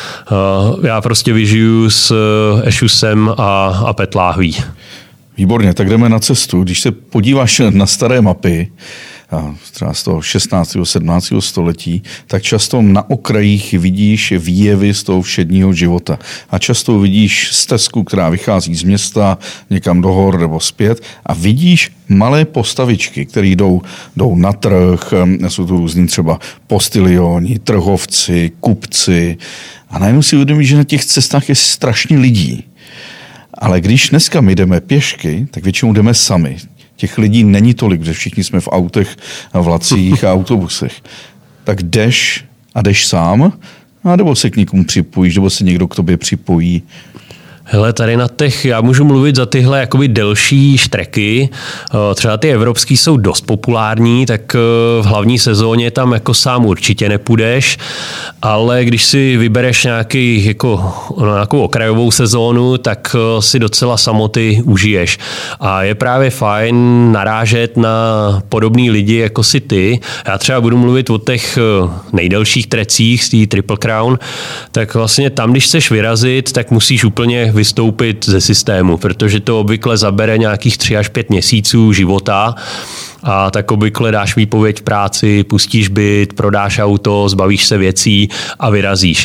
Já prostě vyžiju s ešusem a, a pet láhví. Výborně, tak jdeme na cestu. Když se podíváš na staré mapy, třeba z toho šestnáctého sedmnáctého století, tak často na okrajích vidíš výjevy z toho všedního života. A často vidíš stezku, která vychází z města někam do hor nebo zpět a vidíš malé postavičky, které jdou, jdou na trh, jsou to různí třeba postilioni, trhovci, kupci a najednou si uvědomíš, že na těch cestách je strašně lidí. Ale když dneska my jdeme pěšky, tak většinou jdeme sami. Těch lidí není tolik, protože všichni jsme v autech, vlacích a autobusech. Tak jdeš a jdeš sám, a nebo se k někomu připojíš, nebo se někdo k tobě připojí. Hele, tady na těch, já můžu mluvit za tyhle jakoby delší štreky, třeba ty evropský jsou dost populární, tak v hlavní sezóně tam jako sám určitě nepůjdeš, ale když si vybereš nějaký, jako, nějakou okrajovou sezónu, tak si docela samoty užiješ. A je právě fajn narážet na podobný lidi jako si ty. Já třeba budu mluvit o těch nejdelších trecích z té Triple Crown, tak vlastně tam, když chceš vyrazit, tak musíš úplně vystoupit ze systému, protože to obvykle zabere nějakých tři až pět měsíců života a tak obvykle dáš výpověď v práci, pustíš byt, prodáš auto, zbavíš se věcí a vyrazíš.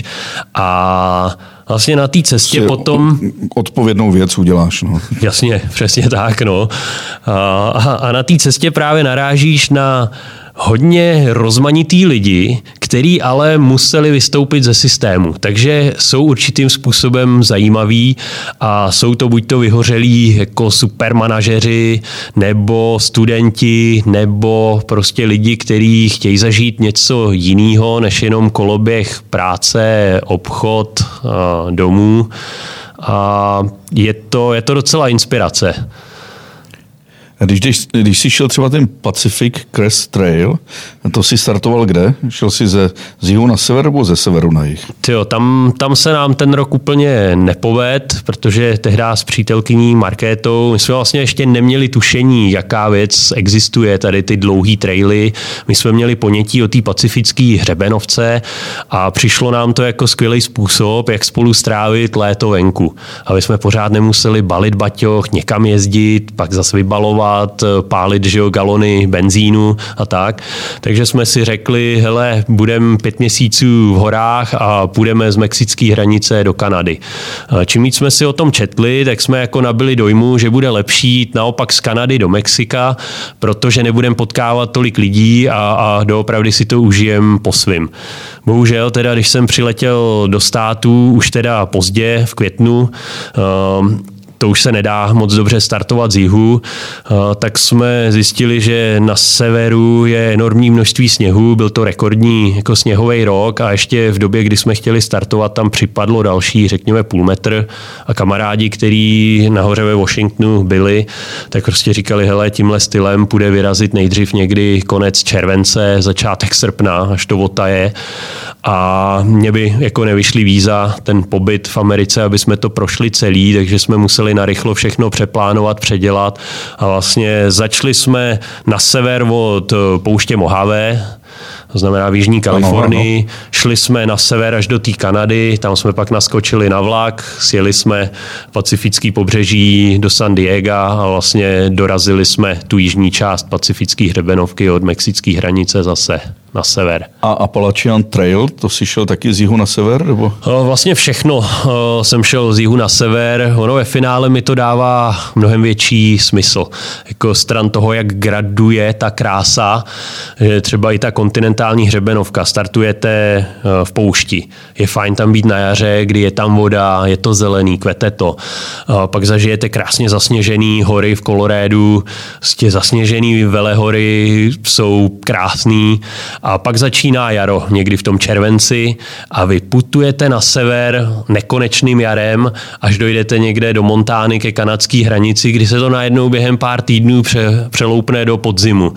A vlastně na té cestě si potom... Odpovědnou věc uděláš. No. Jasně, přesně tak. No. A, a na té cestě právě narážíš na hodně rozmanitý lidi, který ale museli vystoupit ze systému. Takže jsou určitým způsobem zajímaví a jsou to buď to vyhořelí jako supermanažeři, nebo studenti, nebo prostě lidi, kteří chtějí zažít něco jiného, než jenom koloběh práce, obchod, domů. A je to, je to docela inspirace. Když, když, když jsi šel třeba ten Pacific Crest Trail, to jsi startoval kde? Šel jsi ze, z jihu na sever nebo ze severu na jih? Tyjo, tam, tam se nám ten rok úplně nepoved, protože tehdy s přítelkyní Markétou, my jsme vlastně ještě neměli tušení, jaká věc existuje, tady ty dlouhý traily. My jsme měli ponětí o té pacifické hřebenovce a přišlo nám to jako skvělý způsob, jak spolu strávit léto venku. Aby jsme pořád nemuseli balit baťoch, někam jezdit, pak zase vybalovat, pálit že jo, galony benzínu a tak. Takže jsme si řekli, hele, budeme pět měsíců v horách a půjdeme z mexické hranice do Kanady. Čím víc jsme si o tom četli, tak jsme jako nabili dojmu, že bude lepší jít naopak z Kanady do Mexika, protože nebudeme potkávat tolik lidí a, a doopravdy si to užijem po svým. Bohužel teda, když jsem přiletěl do států už teda pozdě v květnu, um, to už se nedá moc dobře startovat z jihu, tak jsme zjistili, že na severu je enormní množství sněhu, byl to rekordní jako sněhový rok a ještě v době, kdy jsme chtěli startovat, tam připadlo další, řekněme, půl metr a kamarádi, kteří nahoře ve Washingtonu byli, tak prostě říkali, hele, tímhle stylem půjde vyrazit nejdřív někdy konec července, začátek srpna, až to otaje a mě by jako nevyšly víza, ten pobyt v Americe, aby jsme to prošli celý, takže jsme museli narychlo všechno přeplánovat, předělat a vlastně začali jsme na sever od pouště Mojave, to znamená v jižní Kalifornii, ano, ano. Šli jsme na sever až do té Kanady, tam jsme pak naskočili na vlak, sjeli jsme pacifický pobřeží do San Diega a vlastně dorazili jsme tu jižní část pacifické hřebenovky od mexické hranice zase na sever. A Appalachian Trail, to jsi šel taky z jihu na sever? Nebo? Vlastně všechno jsem šel z jihu na sever. Ono ve finále mi to dává mnohem větší smysl. Jako stran toho, jak graduje ta krása, že třeba i ta kontinentální hřebenovka, startujete v poušti. Je fajn tam být na jaře, kdy je tam voda, je to zelený, kvete to. Pak zažijete krásně zasněžený hory v Kolorédu, prostě zasněžený velehory jsou krásný. A pak začíná jaro, někdy v tom červenci a vy putujete na sever nekonečným jarem, až dojdete někde do Montány ke kanadské hranici, kdy se to najednou během pár týdnů pře, přeloupne do podzimu.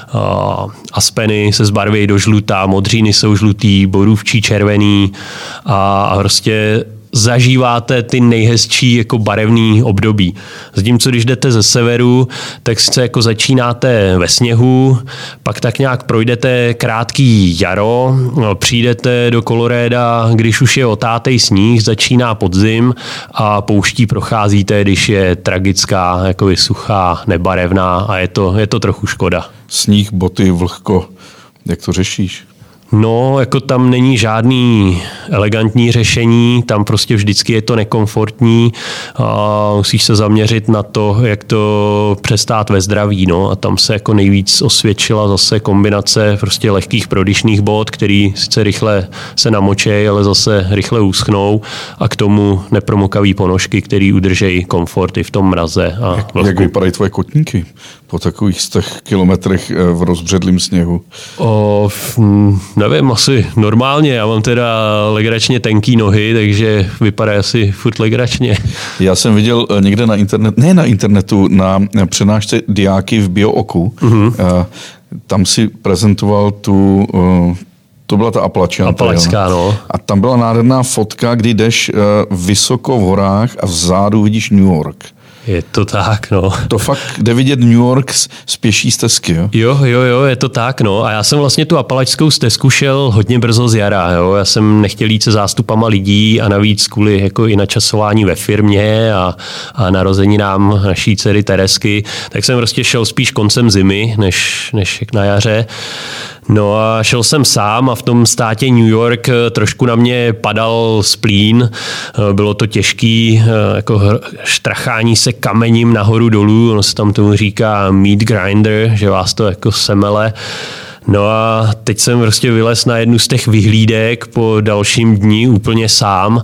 A aspeny se zbarví do žlutá, modříny jsou žlutý, borůvčí červený a, a prostě zažíváte ty nejhezčí jako barevný období. Zatímco když jdete ze severu, tak sice jako začínáte ve sněhu, pak tak nějak projdete krátký jaro, přijdete do Koloréda, když už je otátej sníh, začíná podzim a pouští procházíte, když je tragická, jako je suchá, nebarevná a je to, je to trochu škoda. Sníh, boty, vlhko, jak to řešíš? No, jako tam není žádný elegantní řešení, tam prostě vždycky je to nekomfortní a musíš se zaměřit na to, jak to přestát ve zdraví, no, a tam se jako nejvíc osvědčila zase kombinace prostě lehkých prodyšných bot, který sice rychle se namočej, ale zase rychle uschnou a k tomu nepromokavý ponožky, který udržejí komfort i v tom mraze a jak, jak vypadají tvoje kotníky po takových stech kilometrech v rozbředlém sněhu? O, nevím, asi normálně. Já mám teda legračně tenký nohy, takže vypadá asi furt legračně. Já jsem viděl někde na internetu, ne na internetu, na přednášce Diáky v Biooku. Uh-huh. Tam si prezentoval tu, to byla ta Appalachian. Appalachská, no. A tam byla nádherná fotka, kdy jdeš vysoko v horách a vzadu vidíš New York. Je to tak, no. To fakt jde vidět New York z pěší stezky, jo? Jo, jo, jo, je to tak, no. A já jsem vlastně tu apalačskou stezku šel hodně brzo z jara, jo. Já jsem nechtěl jít se zástupama lidí a navíc kvůli jako i načasování ve firmě a, a narozeninám naší dcery Teresky, tak jsem prostě šel spíš koncem zimy, než, než na jaře. No a šel jsem sám a v tom státě New York trošku na mě padal splín. Bylo to těžký, jako štrachání se kamením nahoru dolů, ono se tam tomu říká meat grinder, že vás to jako semele. No a teď jsem prostě vylez na jednu z těch vyhlídek po dalším dni úplně sám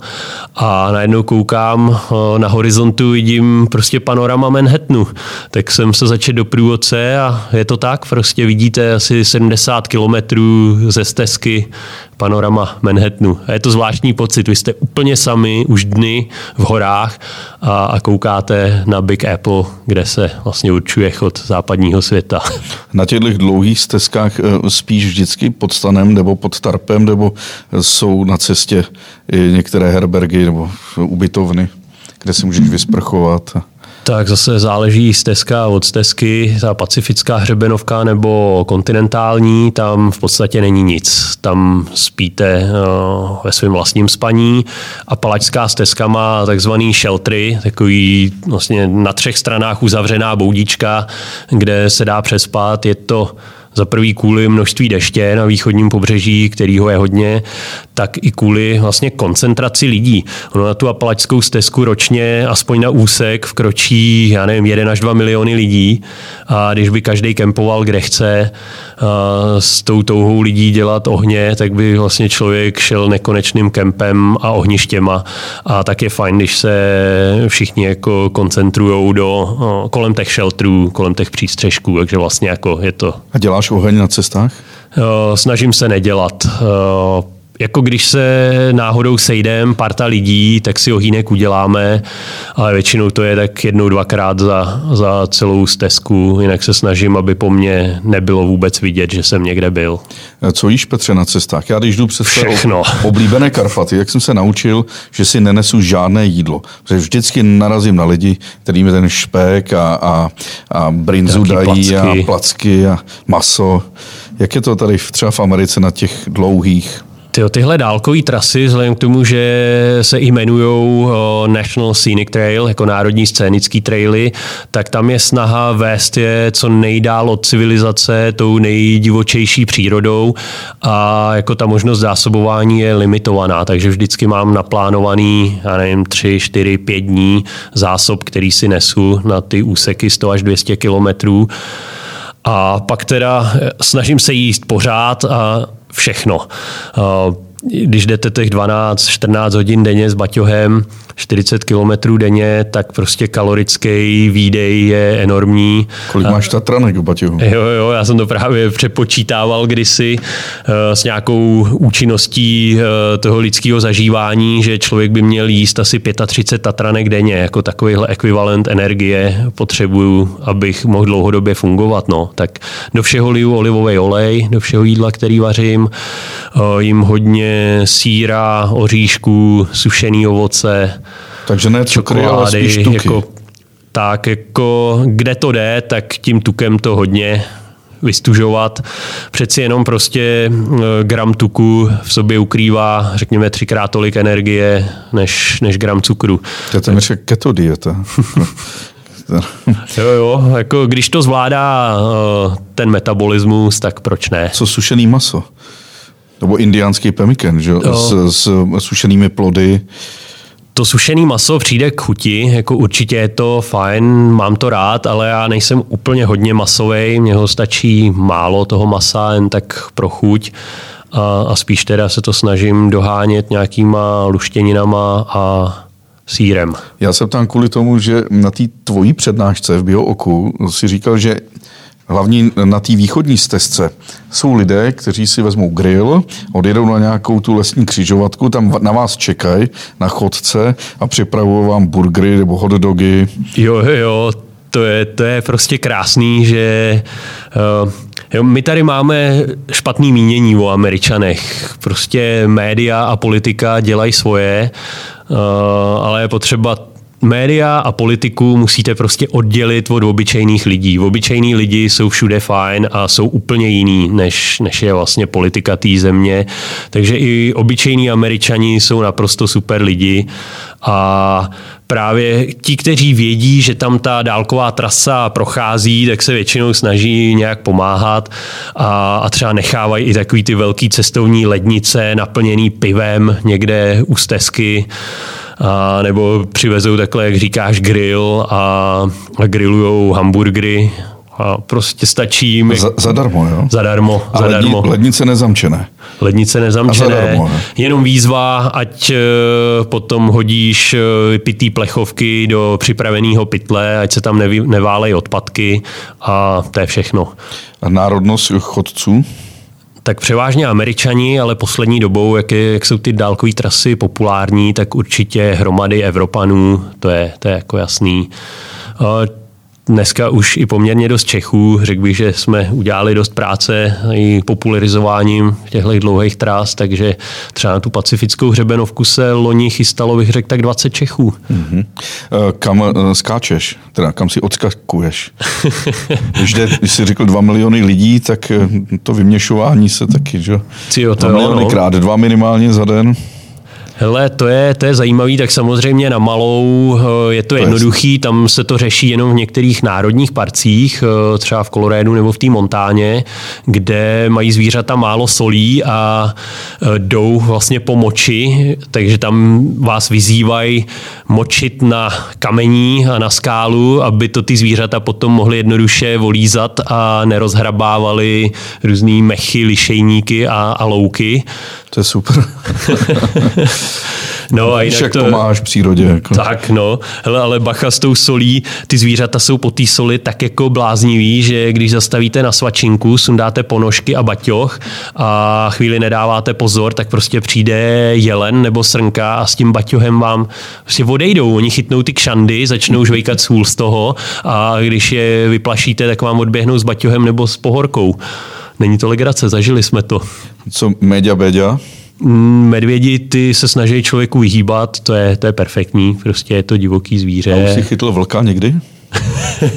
a najednou koukám na horizontu, vidím prostě panorama Manhattanu. Tak jsem se začal do průvodce a je to tak, prostě vidíte asi sedmdesát kilometrů ze stezky panorama Manhattanu. A je to zvláštní pocit, vy jste úplně sami už dny v horách a, a koukáte na Big Apple, kde se vlastně určuje chod západního světa. Na těchto dlouhých stezkách spíš vždycky pod stanem nebo pod tarpem, nebo jsou na cestě i některé herbergy nebo ubytovny, kde si můžeš vysprchovat? Tak zase záleží stezka od stezky, ta pacifická hřebenovka nebo kontinentální, tam v podstatě není nic. Tam spíte uh, ve svém vlastním spaní. Apalačská stezka má takzvaný sheltery, takový vlastně na třech stranách uzavřená boudička, kde se dá přespat. Je to za prvý kvůli množství deště na východním pobřeží, kterýho je hodně, tak i kvůli vlastně koncentraci lidí. Ono na tu apalačskou stezku ročně aspoň na úsek vkročí, já nevím, jeden až dva miliony lidí a když by každý kempoval, kde chce, s tou touhou lidí dělat ohně, tak by vlastně člověk šel nekonečným kempem a ohništěma a tak je fajn, když se všichni jako koncentrujou do, kolem těch shelterů, kolem těch přístřežků, takže vlastně jako je to. A děláš oheň na cestách? Snažím se nedělat. Jako když se náhodou sejdem parta lidí, tak si ohýnek uděláme, ale většinou to je tak jednou, dvakrát za, za celou stezku, jinak se snažím, aby po mně nebylo vůbec vidět, že jsem někde byl. Co jíš, Petře, na cestách? Já když jdu přes Všechno. oblíbené Karpaty, jak jsem se naučil, že si nenesu žádné jídlo. Protože vždycky narazím na lidi, kterým ten špek a, a, a brinzu dají placky. a placky a maso. Jak je to tady třeba v Americe na těch dlouhých? Tyjo, tyhle dálkové trasy, vzhledem k tomu, že se jmenujou National Scenic Trail, jako národní scénický traily, tak tam je snaha vést je co nejdál od civilizace, tou nejdivočejší přírodou a jako ta možnost zásobování je limitovaná, takže vždycky mám naplánovaný, já nevím, tři, čtyři, pět dní zásob, který si nesu na ty úseky sto až dvě stě kilometrů. A pak teda snažím se jíst pořád a všechno. Když jdete těch dvanáct čtrnáct hodin denně s baťohem, čtyřicet kilometrů denně, tak prostě kalorický výdej je enormní. Kolik máš tatranek v baťohu? Jo, jo, já jsem to právě přepočítával kdysi s nějakou účinností toho lidského zažívání, že člověk by měl jíst asi třicet pět tatranek denně, jako takovýhle ekvivalent energie potřebuju, abych mohl dlouhodobě fungovat. No. Tak do všeho liju olivový olej, do všeho jídla, který vařím, jím hodně sýra, oříšků, sušený ovoce, takže ne cukry, ale spíš tuky. Jako, tak jako kde to jde, tak tím tukem to hodně vystužovat. Přeci jenom prostě gram tuku v sobě ukrývá, řekněme, třikrát tolik energie, než, než gram cukru. To je ten tak... keto dieta. jo, jo, jako když to zvládá ten metabolismus, tak proč ne? Co sušený maso? Nebo indiánský pemmican, že? S, s sušenými plody. To sušený maso přijde k chuti, jako určitě je to fajn, mám to rád, ale já nejsem úplně hodně masovej, mně ho stačí málo toho masa, jen tak pro chuť a, a spíš teda se to snažím dohánět nějakýma luštěninama a sýrem. Já se ptám kvůli tomu, že na té tvojí přednášce v BioOku si říkal, že hlavní na té východní stezce jsou lidé, kteří si vezmou grill, odjedou na nějakou tu lesní křižovatku, tam na vás čekají na chodce a připravují vám burgery nebo hot dogy. Jo, jo, to je, to je prostě krásný, že uh, jo, my tady máme špatný mínění o Američanech. Prostě média a politika dělají svoje, uh, ale je potřeba média a politiku musíte prostě oddělit od obyčejných lidí. Obyčejní lidi jsou všude fajn a jsou úplně jiný, než, než je vlastně politika té země. Takže i obyčejní Američani jsou naprosto super lidi a právě ti, kteří vědí, že tam ta dálková trasa prochází, tak se většinou snaží nějak pomáhat a, a třeba nechávají i takový ty velký cestovní lednice naplněný pivem někde u stezky. A nebo přivezou takhle, jak říkáš, grill a, a grillujou hamburgery a prostě stačí jim... Za, zadarmo, jo? Zadarmo, a zadarmo. Ledni, lednice nezamčené. Lednice nezamčené. Zadarmo, jenom výzva, ať potom hodíš pitý plechovky do připraveného pytle, ať se tam nevy, neválejí odpadky a to je všechno. A národnost chodců? Tak převážně Američani, ale poslední dobou, jak, je, jak jsou ty dálkové trasy populární, tak určitě hromady Evropanů, to je, to je jako jasný. Dneska už i poměrně dost Čechů, řekl bych, že jsme udělali dost práce i popularizováním těchto dlouhých tras, takže třeba na tu pacifickou hřebenovku se loni chystalo, bych řekl, tak dvacet Čechů. Mm-hmm. Kam skáčeš? Teda kam si odskakuješ? Když, jde, když jsi řekl dva miliony lidí, tak to vyměšování se taky, že? Cio, to dva miliony no. krát dva minimálně za den. Hele, to je, to je zajímavý, tak samozřejmě na Malou je to, to jednoduchý, je. Tam se to řeší jenom v některých národních parcích, třeba v Coloradu nebo v té Montáně, kde mají zvířata málo solí a jdou vlastně po moči, takže tam vás vyzývají močit na kamení a na skálu, aby to ty zvířata potom mohly jednoduše volízat a nerozhrabávali různý mechy, lišejníky a, a louky. To je super. No a jinak jak to pomáháš přírodě. Jako. Tak, no. Hele, ale bacha s tou solí, ty zvířata jsou po té soli tak jako blázniví, že když zastavíte na svačinku, sundáte ponožky a baťoch a chvíli nedáváte pozor, tak prostě přijde jelen nebo srnka a s tím baťohem vám prostě odejdou. Oni chytnou ty kšandy, začnou žvejkat sůl z toho a když je vyplašíte, tak vám odběhnou s baťohem nebo s pohorkou. Není to legrace, zažili jsme to. Co méďa béďa? Medvědi, ty se snaží člověku vyhýbat, to je, to je perfektní, prostě je to divoký zvíře. A už jsi chytl vlka někdy? uh,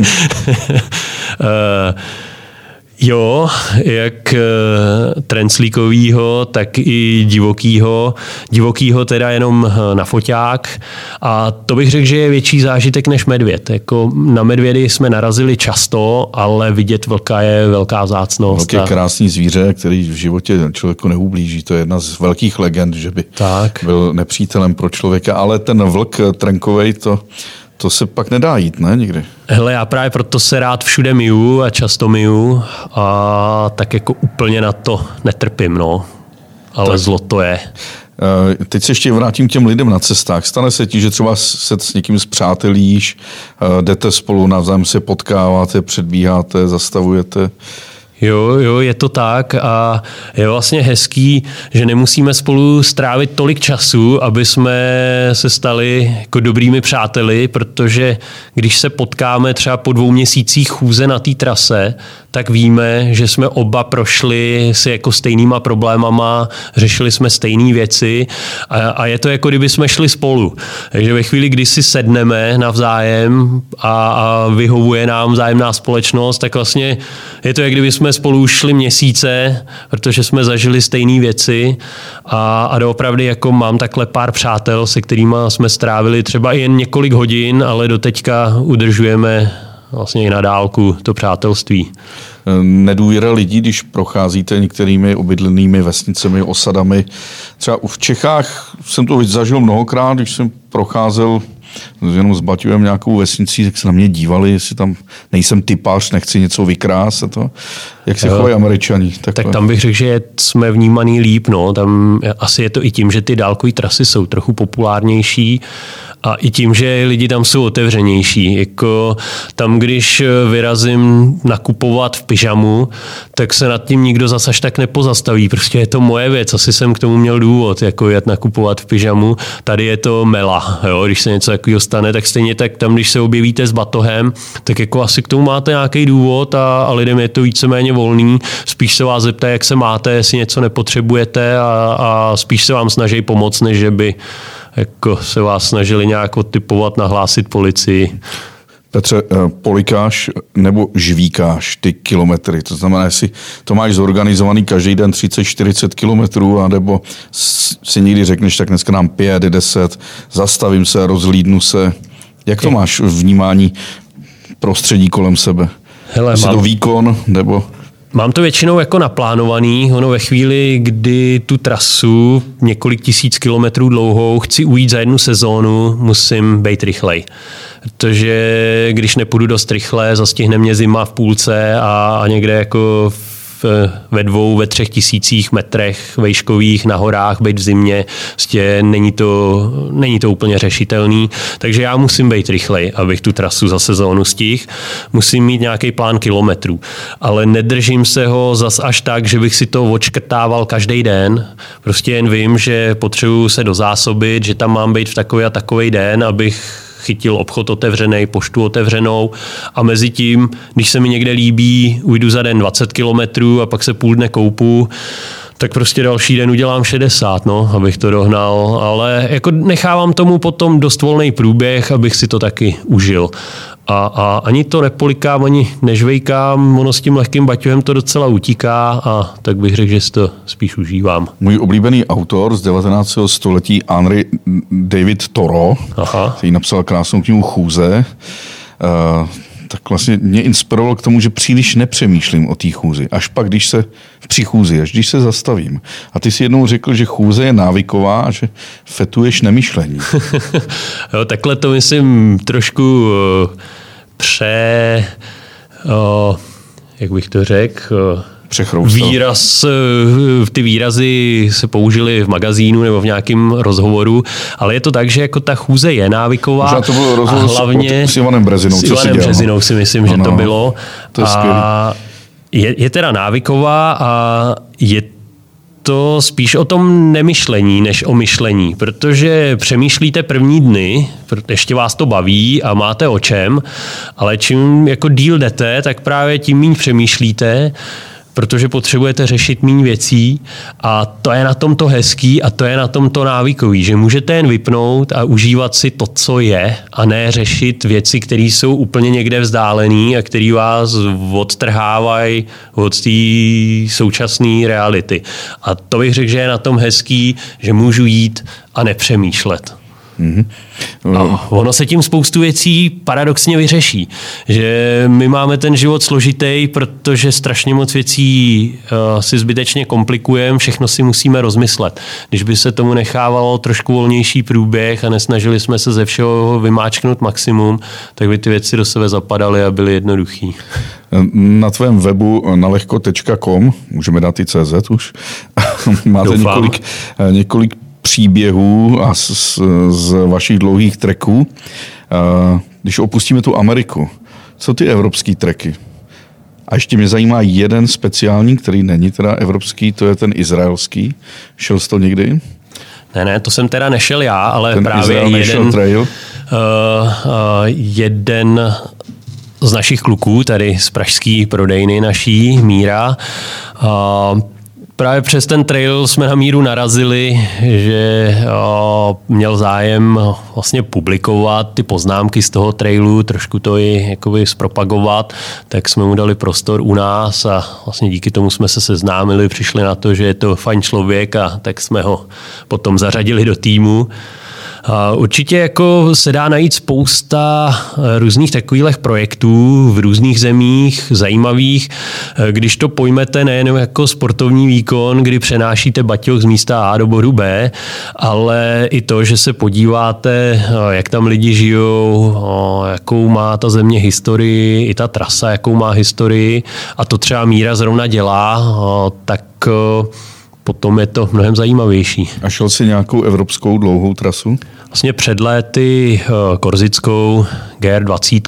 Jo, jak e, trenclíkovýho, tak i divokýho. Divokýho teda jenom na foťák. A to bych řekl, že je větší zážitek než medvěd. Jako na medvědy jsme narazili často, ale vidět vlka je velká vzácnost. Vlk je krásný zvíře, který v životě člověku neublíží. To je jedna z velkých legend, že by tak. byl nepřítelem pro člověka. Ale ten vlk trenkovej, to... To se pak nedá jít, ne, nikdy? Hele, já právě proto se rád všude miju a často miju a tak jako úplně na to netrpím, no. Ale tak. Zlo to je. Teď se ještě vrátím k těm lidem na cestách. Stane se ti, že třeba se s někým zpřátelíš, jdete spolu, navzájem se potkáváte, předbíháte, zastavujete? Jo, jo, je to tak a je vlastně hezký, že nemusíme spolu strávit tolik času, aby jsme se stali jako dobrými přáteli, protože když se potkáme třeba po dvou měsících chůze na té trase, tak víme, že jsme oba prošli si jako stejnýma problémama, řešili jsme stejné věci a, a je to jako kdyby jsme šli spolu. Takže ve chvíli, kdy si sedneme navzájem a, a vyhovuje nám vzájemná společnost, tak vlastně je to, jak kdyby jsme spolu šli měsíce, protože jsme zažili stejné věci a, a doopravdy jako mám takhle pár přátel, se kterými jsme strávili třeba jen několik hodin, ale doteďka udržujeme vlastně i na dálku to přátelství. Nedůvěra lidí, když procházíte některými obydlenými vesnicemi, osadami. Třeba v Čechách jsem to zažil mnohokrát, když jsem procházel jenom s baťujem nějakou vesnicí, tak se na mě dívali, jestli tam nejsem typař, nechci něco vykrást a to. Jak se chovají Američani? Tak, tak tam bych řekl, že jsme vnímaný líp. No. Tam asi je to i tím, že ty dálkové trasy jsou trochu populárnější a i tím, že lidi tam jsou otevřenější. Jako tam, když vyrazím nakupovat v pyžamu, tak se nad tím nikdo zas až tak nepozastaví. Prostě je to moje věc, asi jsem k tomu měl důvod, jako jet nakupovat v pyžamu. Tady je to mela, jo? Když se něco takového stane, tak stejně tak tam, když se objevíte s batohem, tak jako asi k tomu máte nějaký důvod a, a lidem je to víceméně volný. Spíš se vás zeptají, jak se máte, jestli něco nepotřebujete a, a spíš se vám snaží pomoct, než že by jako se vás snažili nějak odtypovat, nahlásit policii. Petře, polikáš nebo žvíkáš ty kilometry? To znamená, jestli to máš zorganizovaný každý den třicet čtyřicet kilometrů, anebo si někdy řekneš, tak dneska nám pět, deset, zastavím se, rozhlídnu se. Jak to máš v vnímání prostředí kolem sebe? Hele, jestli mám... to výkon, nebo... Mám to většinou jako naplánovaný, ono ve chvíli, kdy tu trasu několik tisíc kilometrů dlouhou chci ujít za jednu sezónu, musím být rychlej. Protože když nepůjdu dost rychle, zastihne mě zima v půlce a, a někde jako v, ve dvou, ve třech tisících metrech vejškových na horách, být v zimě, prostě není to, není to úplně řešitelný. Takže já musím být rychlej, abych tu trasu za sezónu stihl. Musím mít nějaký plán kilometrů. Ale nedržím se ho zas až tak, že bych si to odškrtával každý den. Prostě jen vím, že potřebuji se dozásobit, že tam mám být v takový a takový den, abych chytil obchod otevřený, poštu otevřenou a mezi tím, když se mi někde líbí, ujdu za den dvacet kilometrů a pak se půl dne koupu, tak prostě další den udělám šedesát, no, abych to dohnal, ale jako nechávám tomu potom dost volný průběh, abych si to taky užil. A, a ani to nepolikám, ani nežvejkám, ono s tím lehkým baťohem to docela utíká a tak bych řekl, že si to spíš užívám. Můj oblíbený autor z devatenáctého století Henry David Thoreau, který napsal krásnou knihu Chůze, uh, tak vlastně mě inspiroval k tomu, že příliš nepřemýšlím o té chůzi. Až pak, když se v příchůzi, až když se zastavím. A ty si jednou řekl, že chůze je návyková a že fetuješ nemyšlení. Jo, takhle to myslím trošku uh, pře... Uh, jak bych to řekl... Uh, Výraz, ty výrazy se použily v magazínu nebo v nějakém rozhovoru, ale je to tak, že jako ta chůze je návyková. Možná to byl rozhovor a hlavně s Ivanem Brezinou. S Ivanem Brezinou si myslím, ano, že to bylo. To je, a je, je teda návyková a je to spíš o tom nemyšlení, než o myšlení, protože přemýšlíte první dny, ještě vás to baví a máte o čem, ale čím jako díl jdete, tak právě tím méně přemýšlíte, protože potřebujete řešit méně věcí a to je na tom to hezký a to je na tom to návykový, že můžete jen vypnout a užívat si to, co je a ne řešit věci, které jsou úplně někde vzdálené a které vás odtrhávají od té současné reality. A to bych řekl, že je na tom hezký, že můžu jít a nepřemýšlet. Mm-hmm. A ono se tím spoustu věcí paradoxně vyřeší. Že my máme ten život složitý, protože strašně moc věcí uh, si zbytečně komplikujeme, všechno si musíme rozmyslet. Když by se tomu nechávalo trošku volnější průběh a nesnažili jsme se ze všeho vymáčknout maximum, tak by ty věci do sebe zapadaly a byly jednoduchý. Na tvém webu nalehko tečka com, můžeme dát i C Z už, máte několik, několik příběhů a z, z vašich dlouhých treků. Když opustíme tu Ameriku, co ty evropský treky? A ještě mě zajímá jeden speciální, který není teda evropský, to je ten izraelský. Šel jsi to někdy? Ne, ne, to jsem teda nešel já, ale ten právě Israel jeden, trail. Uh, uh, jeden z našich kluků, tady z pražský prodejny naší, Míra, uh, právě přes ten trail jsme na Míru narazili, že o, měl zájem vlastně publikovat ty poznámky z toho trailu, trošku to i jakoby zpropagovat, tak jsme mu dali prostor u nás a vlastně díky tomu jsme se seznámili, přišli na to, že je to fajn člověk a tak jsme ho potom zařadili do týmu. A určitě jako se dá najít spousta různých takových projektů v různých zemích, zajímavých, když to pojmete nejen jako sportovní výkon, kdy přenášíte baťoch z místa A do bodu B, ale i to, že se podíváte, jak tam lidi žijou, jakou má ta země historii, i ta trasa, jakou má historii a to třeba Míra zrovna dělá, tak potom je to mnohem zajímavější. A šel jsi nějakou evropskou dlouhou trasu? Vlastně před léty korzickou G R dvacet.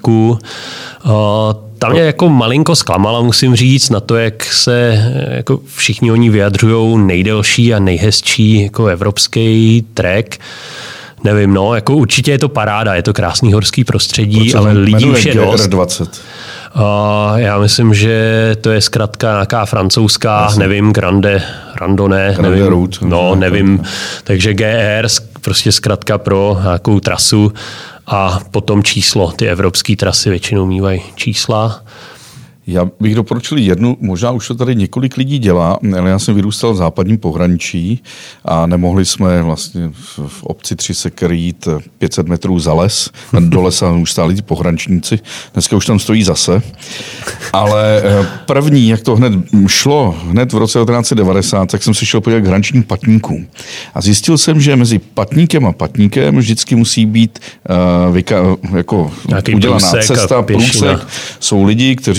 Tam mě jako malinko zklamala, musím říct, na to, jak se jako všichni oni vyjadřují nejdelší a nejhezčí jako evropský trek. Nevím, no, jako určitě je to paráda, je to krásný horský prostředí, proč ale lidí už je dost. G R dvacet? Uh, já myslím, že to je zkratka nějaká francouzská, Jasně. nevím, Grande, Randonnée, Grande nevím, Route, no, nevím, takže G R, prostě zkratka pro nějakou trasu a potom číslo, ty evropské trasy většinou mívají čísla. Já bych doporučil jednu, možná už to tady několik lidí dělá, ale já jsem vyrůstal v západním pohraničí a nemohli jsme vlastně v obci Tři Sekery jít pět set metrů za les. Do lesa už stáli ti pohraničníci, dneska už tam stojí zase. Ale první, jak to hned šlo, hned v roce devatenáct set devadesát, tak jsem se šel podívat k hraničním patníkům. A zjistil jsem, že mezi patníkem a patníkem vždycky musí být uh, vyka, jako udělaná cesta, průsek. Jsou lidi, kteří mají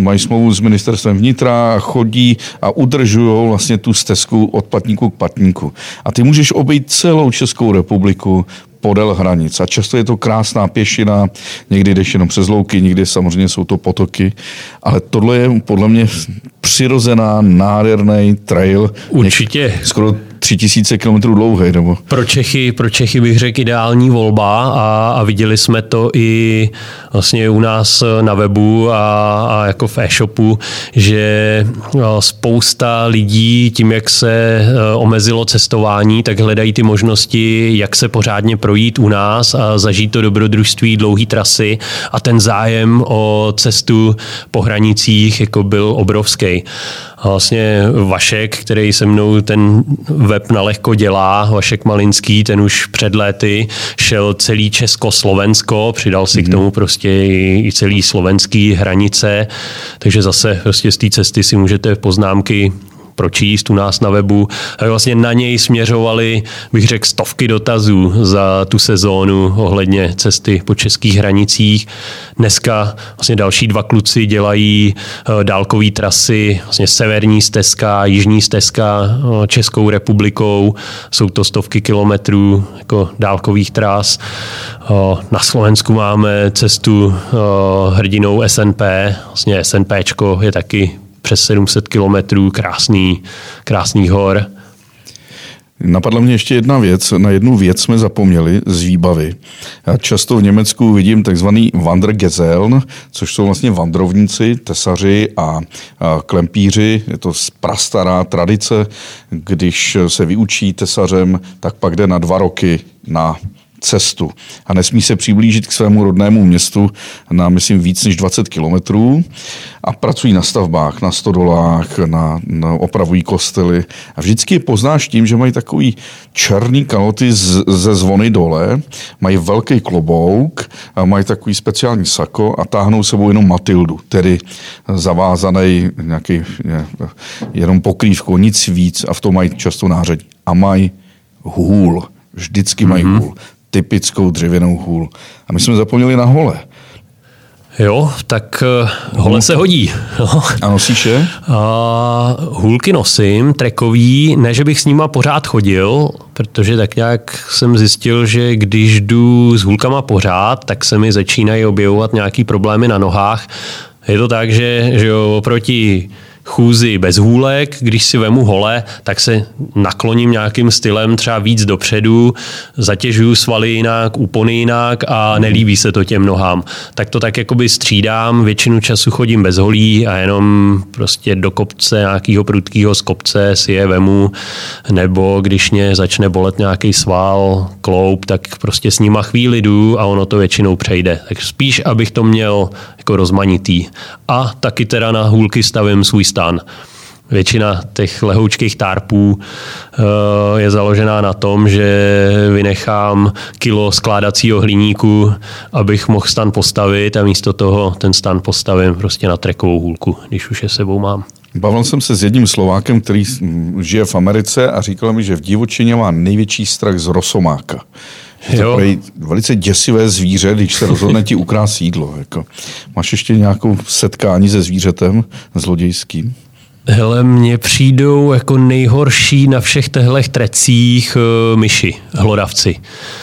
mají smlouvu s ministerstvem vnitra, chodí a udržují vlastně tu stezku od patníku k patníku. A ty můžeš obejít celou Českou republiku podél hranic. A často je to krásná pěšina, někdy jdeš jenom přes louky, někdy samozřejmě jsou to potoky, ale tohle je podle mě přirozená, nádherný trail. Určitě. Skoro tři tisíce kilometrů dlouhý. Nebo? Pro Čechy, pro Čechy bych řekl ideální volba a, a viděli jsme to i vlastně u nás na webu a, a jako v e-shopu, že spousta lidí tím, jak se omezilo cestování, tak hledají ty možnosti, jak se pořádně projít u nás a zažít to dobrodružství dlouhý trasy a ten zájem o cestu po hranicích jako byl obrovský. A vlastně Vašek, který se mnou ten web nalehko dělá, Vašek Malinský, ten už před léty šel celý Česko-Slovensko, přidal si mm-hmm. k tomu prostě i, i celý slovenský hranice, takže zase prostě z té cesty si můžete poznámky pročíst u nás na webu. A vlastně na něj směřovali, bych řekl, stovky dotazů za tu sezónu ohledně cesty po českých hranicích. Dneska vlastně další dva kluci dělají dálkové trasy, vlastně severní stezka, jižní stezka Českou republikou. Jsou to stovky kilometrů jako dálkových tras. Na Slovensku máme cestu hrdinou S N P. Vlastně SNPčko je taky přes sedm set kilometrů krásný, krásný hor. Napadla mě ještě jedna věc. Na jednu věc jsme zapomněli z výbavy. Já často v Německu vidím takzvaný Wandergesellen, což jsou vlastně vandrovníci, tesaři a, a klempíři. Je to prastará tradice. Když se vyučí tesařem, tak pak jde na dva roky na cestu a nesmí se přiblížit k svému rodnému městu na, myslím, víc než dvacet kilometrů a pracují na stavbách, na stodolách, na, na opravují kostely a vždycky je poznáš tím, že mají takový černý kaloty z, ze zvony dole, mají velký klobouk, a mají takový speciální sako a táhnou sebou jenom Matildu, tedy zavázaný nějaký jenom pokrývkou, nic víc a v tom mají často nářadí. A mají hůl, vždycky mají mm-hmm. hůl. Typickou dřevěnou hůl. A my jsme zapomněli na hole. Jo, tak uh, hole se hodí. A nosíš je? A hůlky nosím, trekový, ne, že bych s nima pořád chodil, protože tak nějak jsem zjistil, že když jdu s hůlkama pořád, tak se mi začínají objevovat nějaký problémy na nohách. Je to tak, že, že jo, oproti chůzi bez hůlek, když si vemu hole, tak se nakloním nějakým stylem třeba víc dopředu, zatěžuju svaly jinak, úpony jinak a nelíbí se to těm nohám. Tak to tak jakoby střídám, většinu času chodím bez holí a jenom prostě do kopce nějakého prudkého z kopce si je vemu, nebo když mě začne bolet nějaký sval, kloup, tak prostě s nima chvíli jdu a ono to většinou přejde. Tak spíš, abych to měl jako rozmanitý. A taky teda na hůlky stavím svůj stan. Většina těch lehoučkých tarpů je založená na tom, že vynechám kilo skládacího hliníku, abych mohl stan postavit a místo toho ten stan postavím prostě na trekovou hůlku, když už je sebou mám. Bavil jsem se s jedním Slovákem, který žije v Americe a říkal mi, že v divočině má největší strach z rosomáka. Je to velice děsivé zvíře, když se rozhodne ti ukrást jídlo. Jako. Máš ještě nějakou setkání se zvířetem zlodějským? Hele, mně přijdou jako nejhorší na všech těchto trecích myši, hlodavci.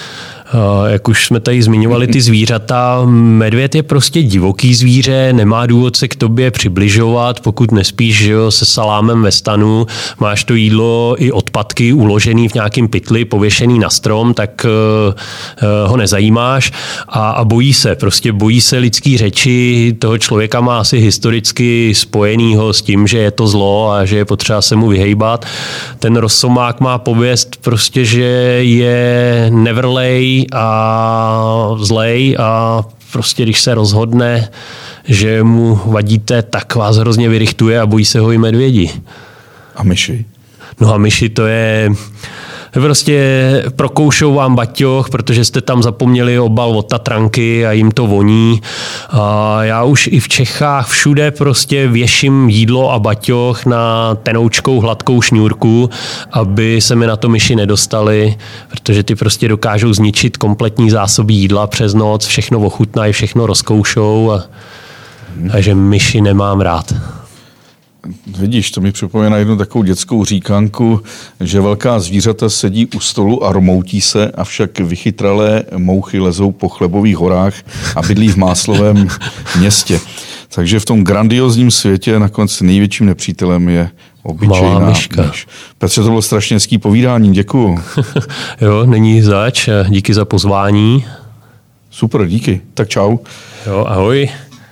Jak už jsme tady zmiňovali ty zvířata, medvěd je prostě divoký zvíře, nemá důvod se k tobě přibližovat, pokud nespíš že jo, se salámem ve stanu, máš to jídlo i odpadky uložený v nějakém pytli, pověšený na strom, tak uh, ho nezajímáš a, a bojí se, prostě bojí se lidský řeči, toho člověka má asi historicky spojenýho s tím, že je to zlo a že je potřeba se mu vyhejbat. Ten rosomák má pověst prostě, že je nevrlej a zlej a prostě když se rozhodne, že mu vadíte, tak vás hrozně vyrychtuje a bojí se ho i medvědi. A myši? No a myši to je... Prostě prokoušou vám baťoch, protože jste tam zapomněli obal od Tatranky a jim to voní. A já už i v Čechách všude prostě věším jídlo a baťoch na tenoučkou hladkou šňůrku, aby se mi na to myši nedostali, protože ty prostě dokážou zničit kompletní zásoby jídla přes noc, všechno ochutnají, všechno rozkoušou. A... Takže myši nemám rád. Vidíš, to mi připomíná jednu takovou dětskou říkanku, že velká zvířata sedí u stolu a romoutí se, avšak vychytralé mouchy lezou po chlebových horách a bydlí v Máslovém městě. Takže v tom grandiozním světě nakonec největším nepřítelem je obyčejná myš. Petře, to bylo strašně hezký povídání, děkuju. Jo, není zač, díky za pozvání. Super, díky, tak čau. Jo, ahoj.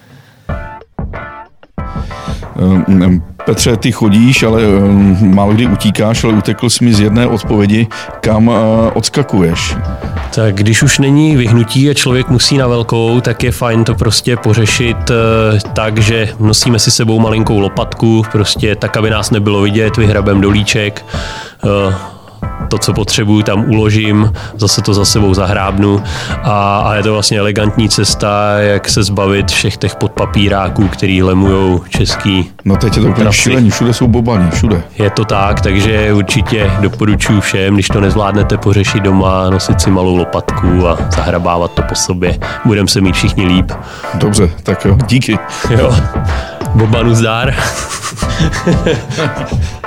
Petře, ty chodíš, ale málo kdy utíkáš, ale utekl jsi mi z jedné odpovědi, kam odskakuješ. Tak když už není vyhnutí a člověk musí na velkou, tak je fajn to prostě pořešit tak, že nosíme si sebou malinkou lopatku, prostě tak, aby nás nebylo vidět, vyhrabem dolíček, to, co potřebuju, tam uložím, zase to za sebou zahrábnu a, a je to vlastně elegantní cesta, jak se zbavit všech těch podpapíráků, který lemujou český. No teď je to úplně šílený, všude jsou bobani, všude. Je to tak, takže určitě doporučuji všem, když to nezvládnete pořešit doma, nosit si malou lopatku a zahrabávat to po sobě. Budeme se mít všichni líp. Dobře, tak jo, díky. Jo, bobanu zdar.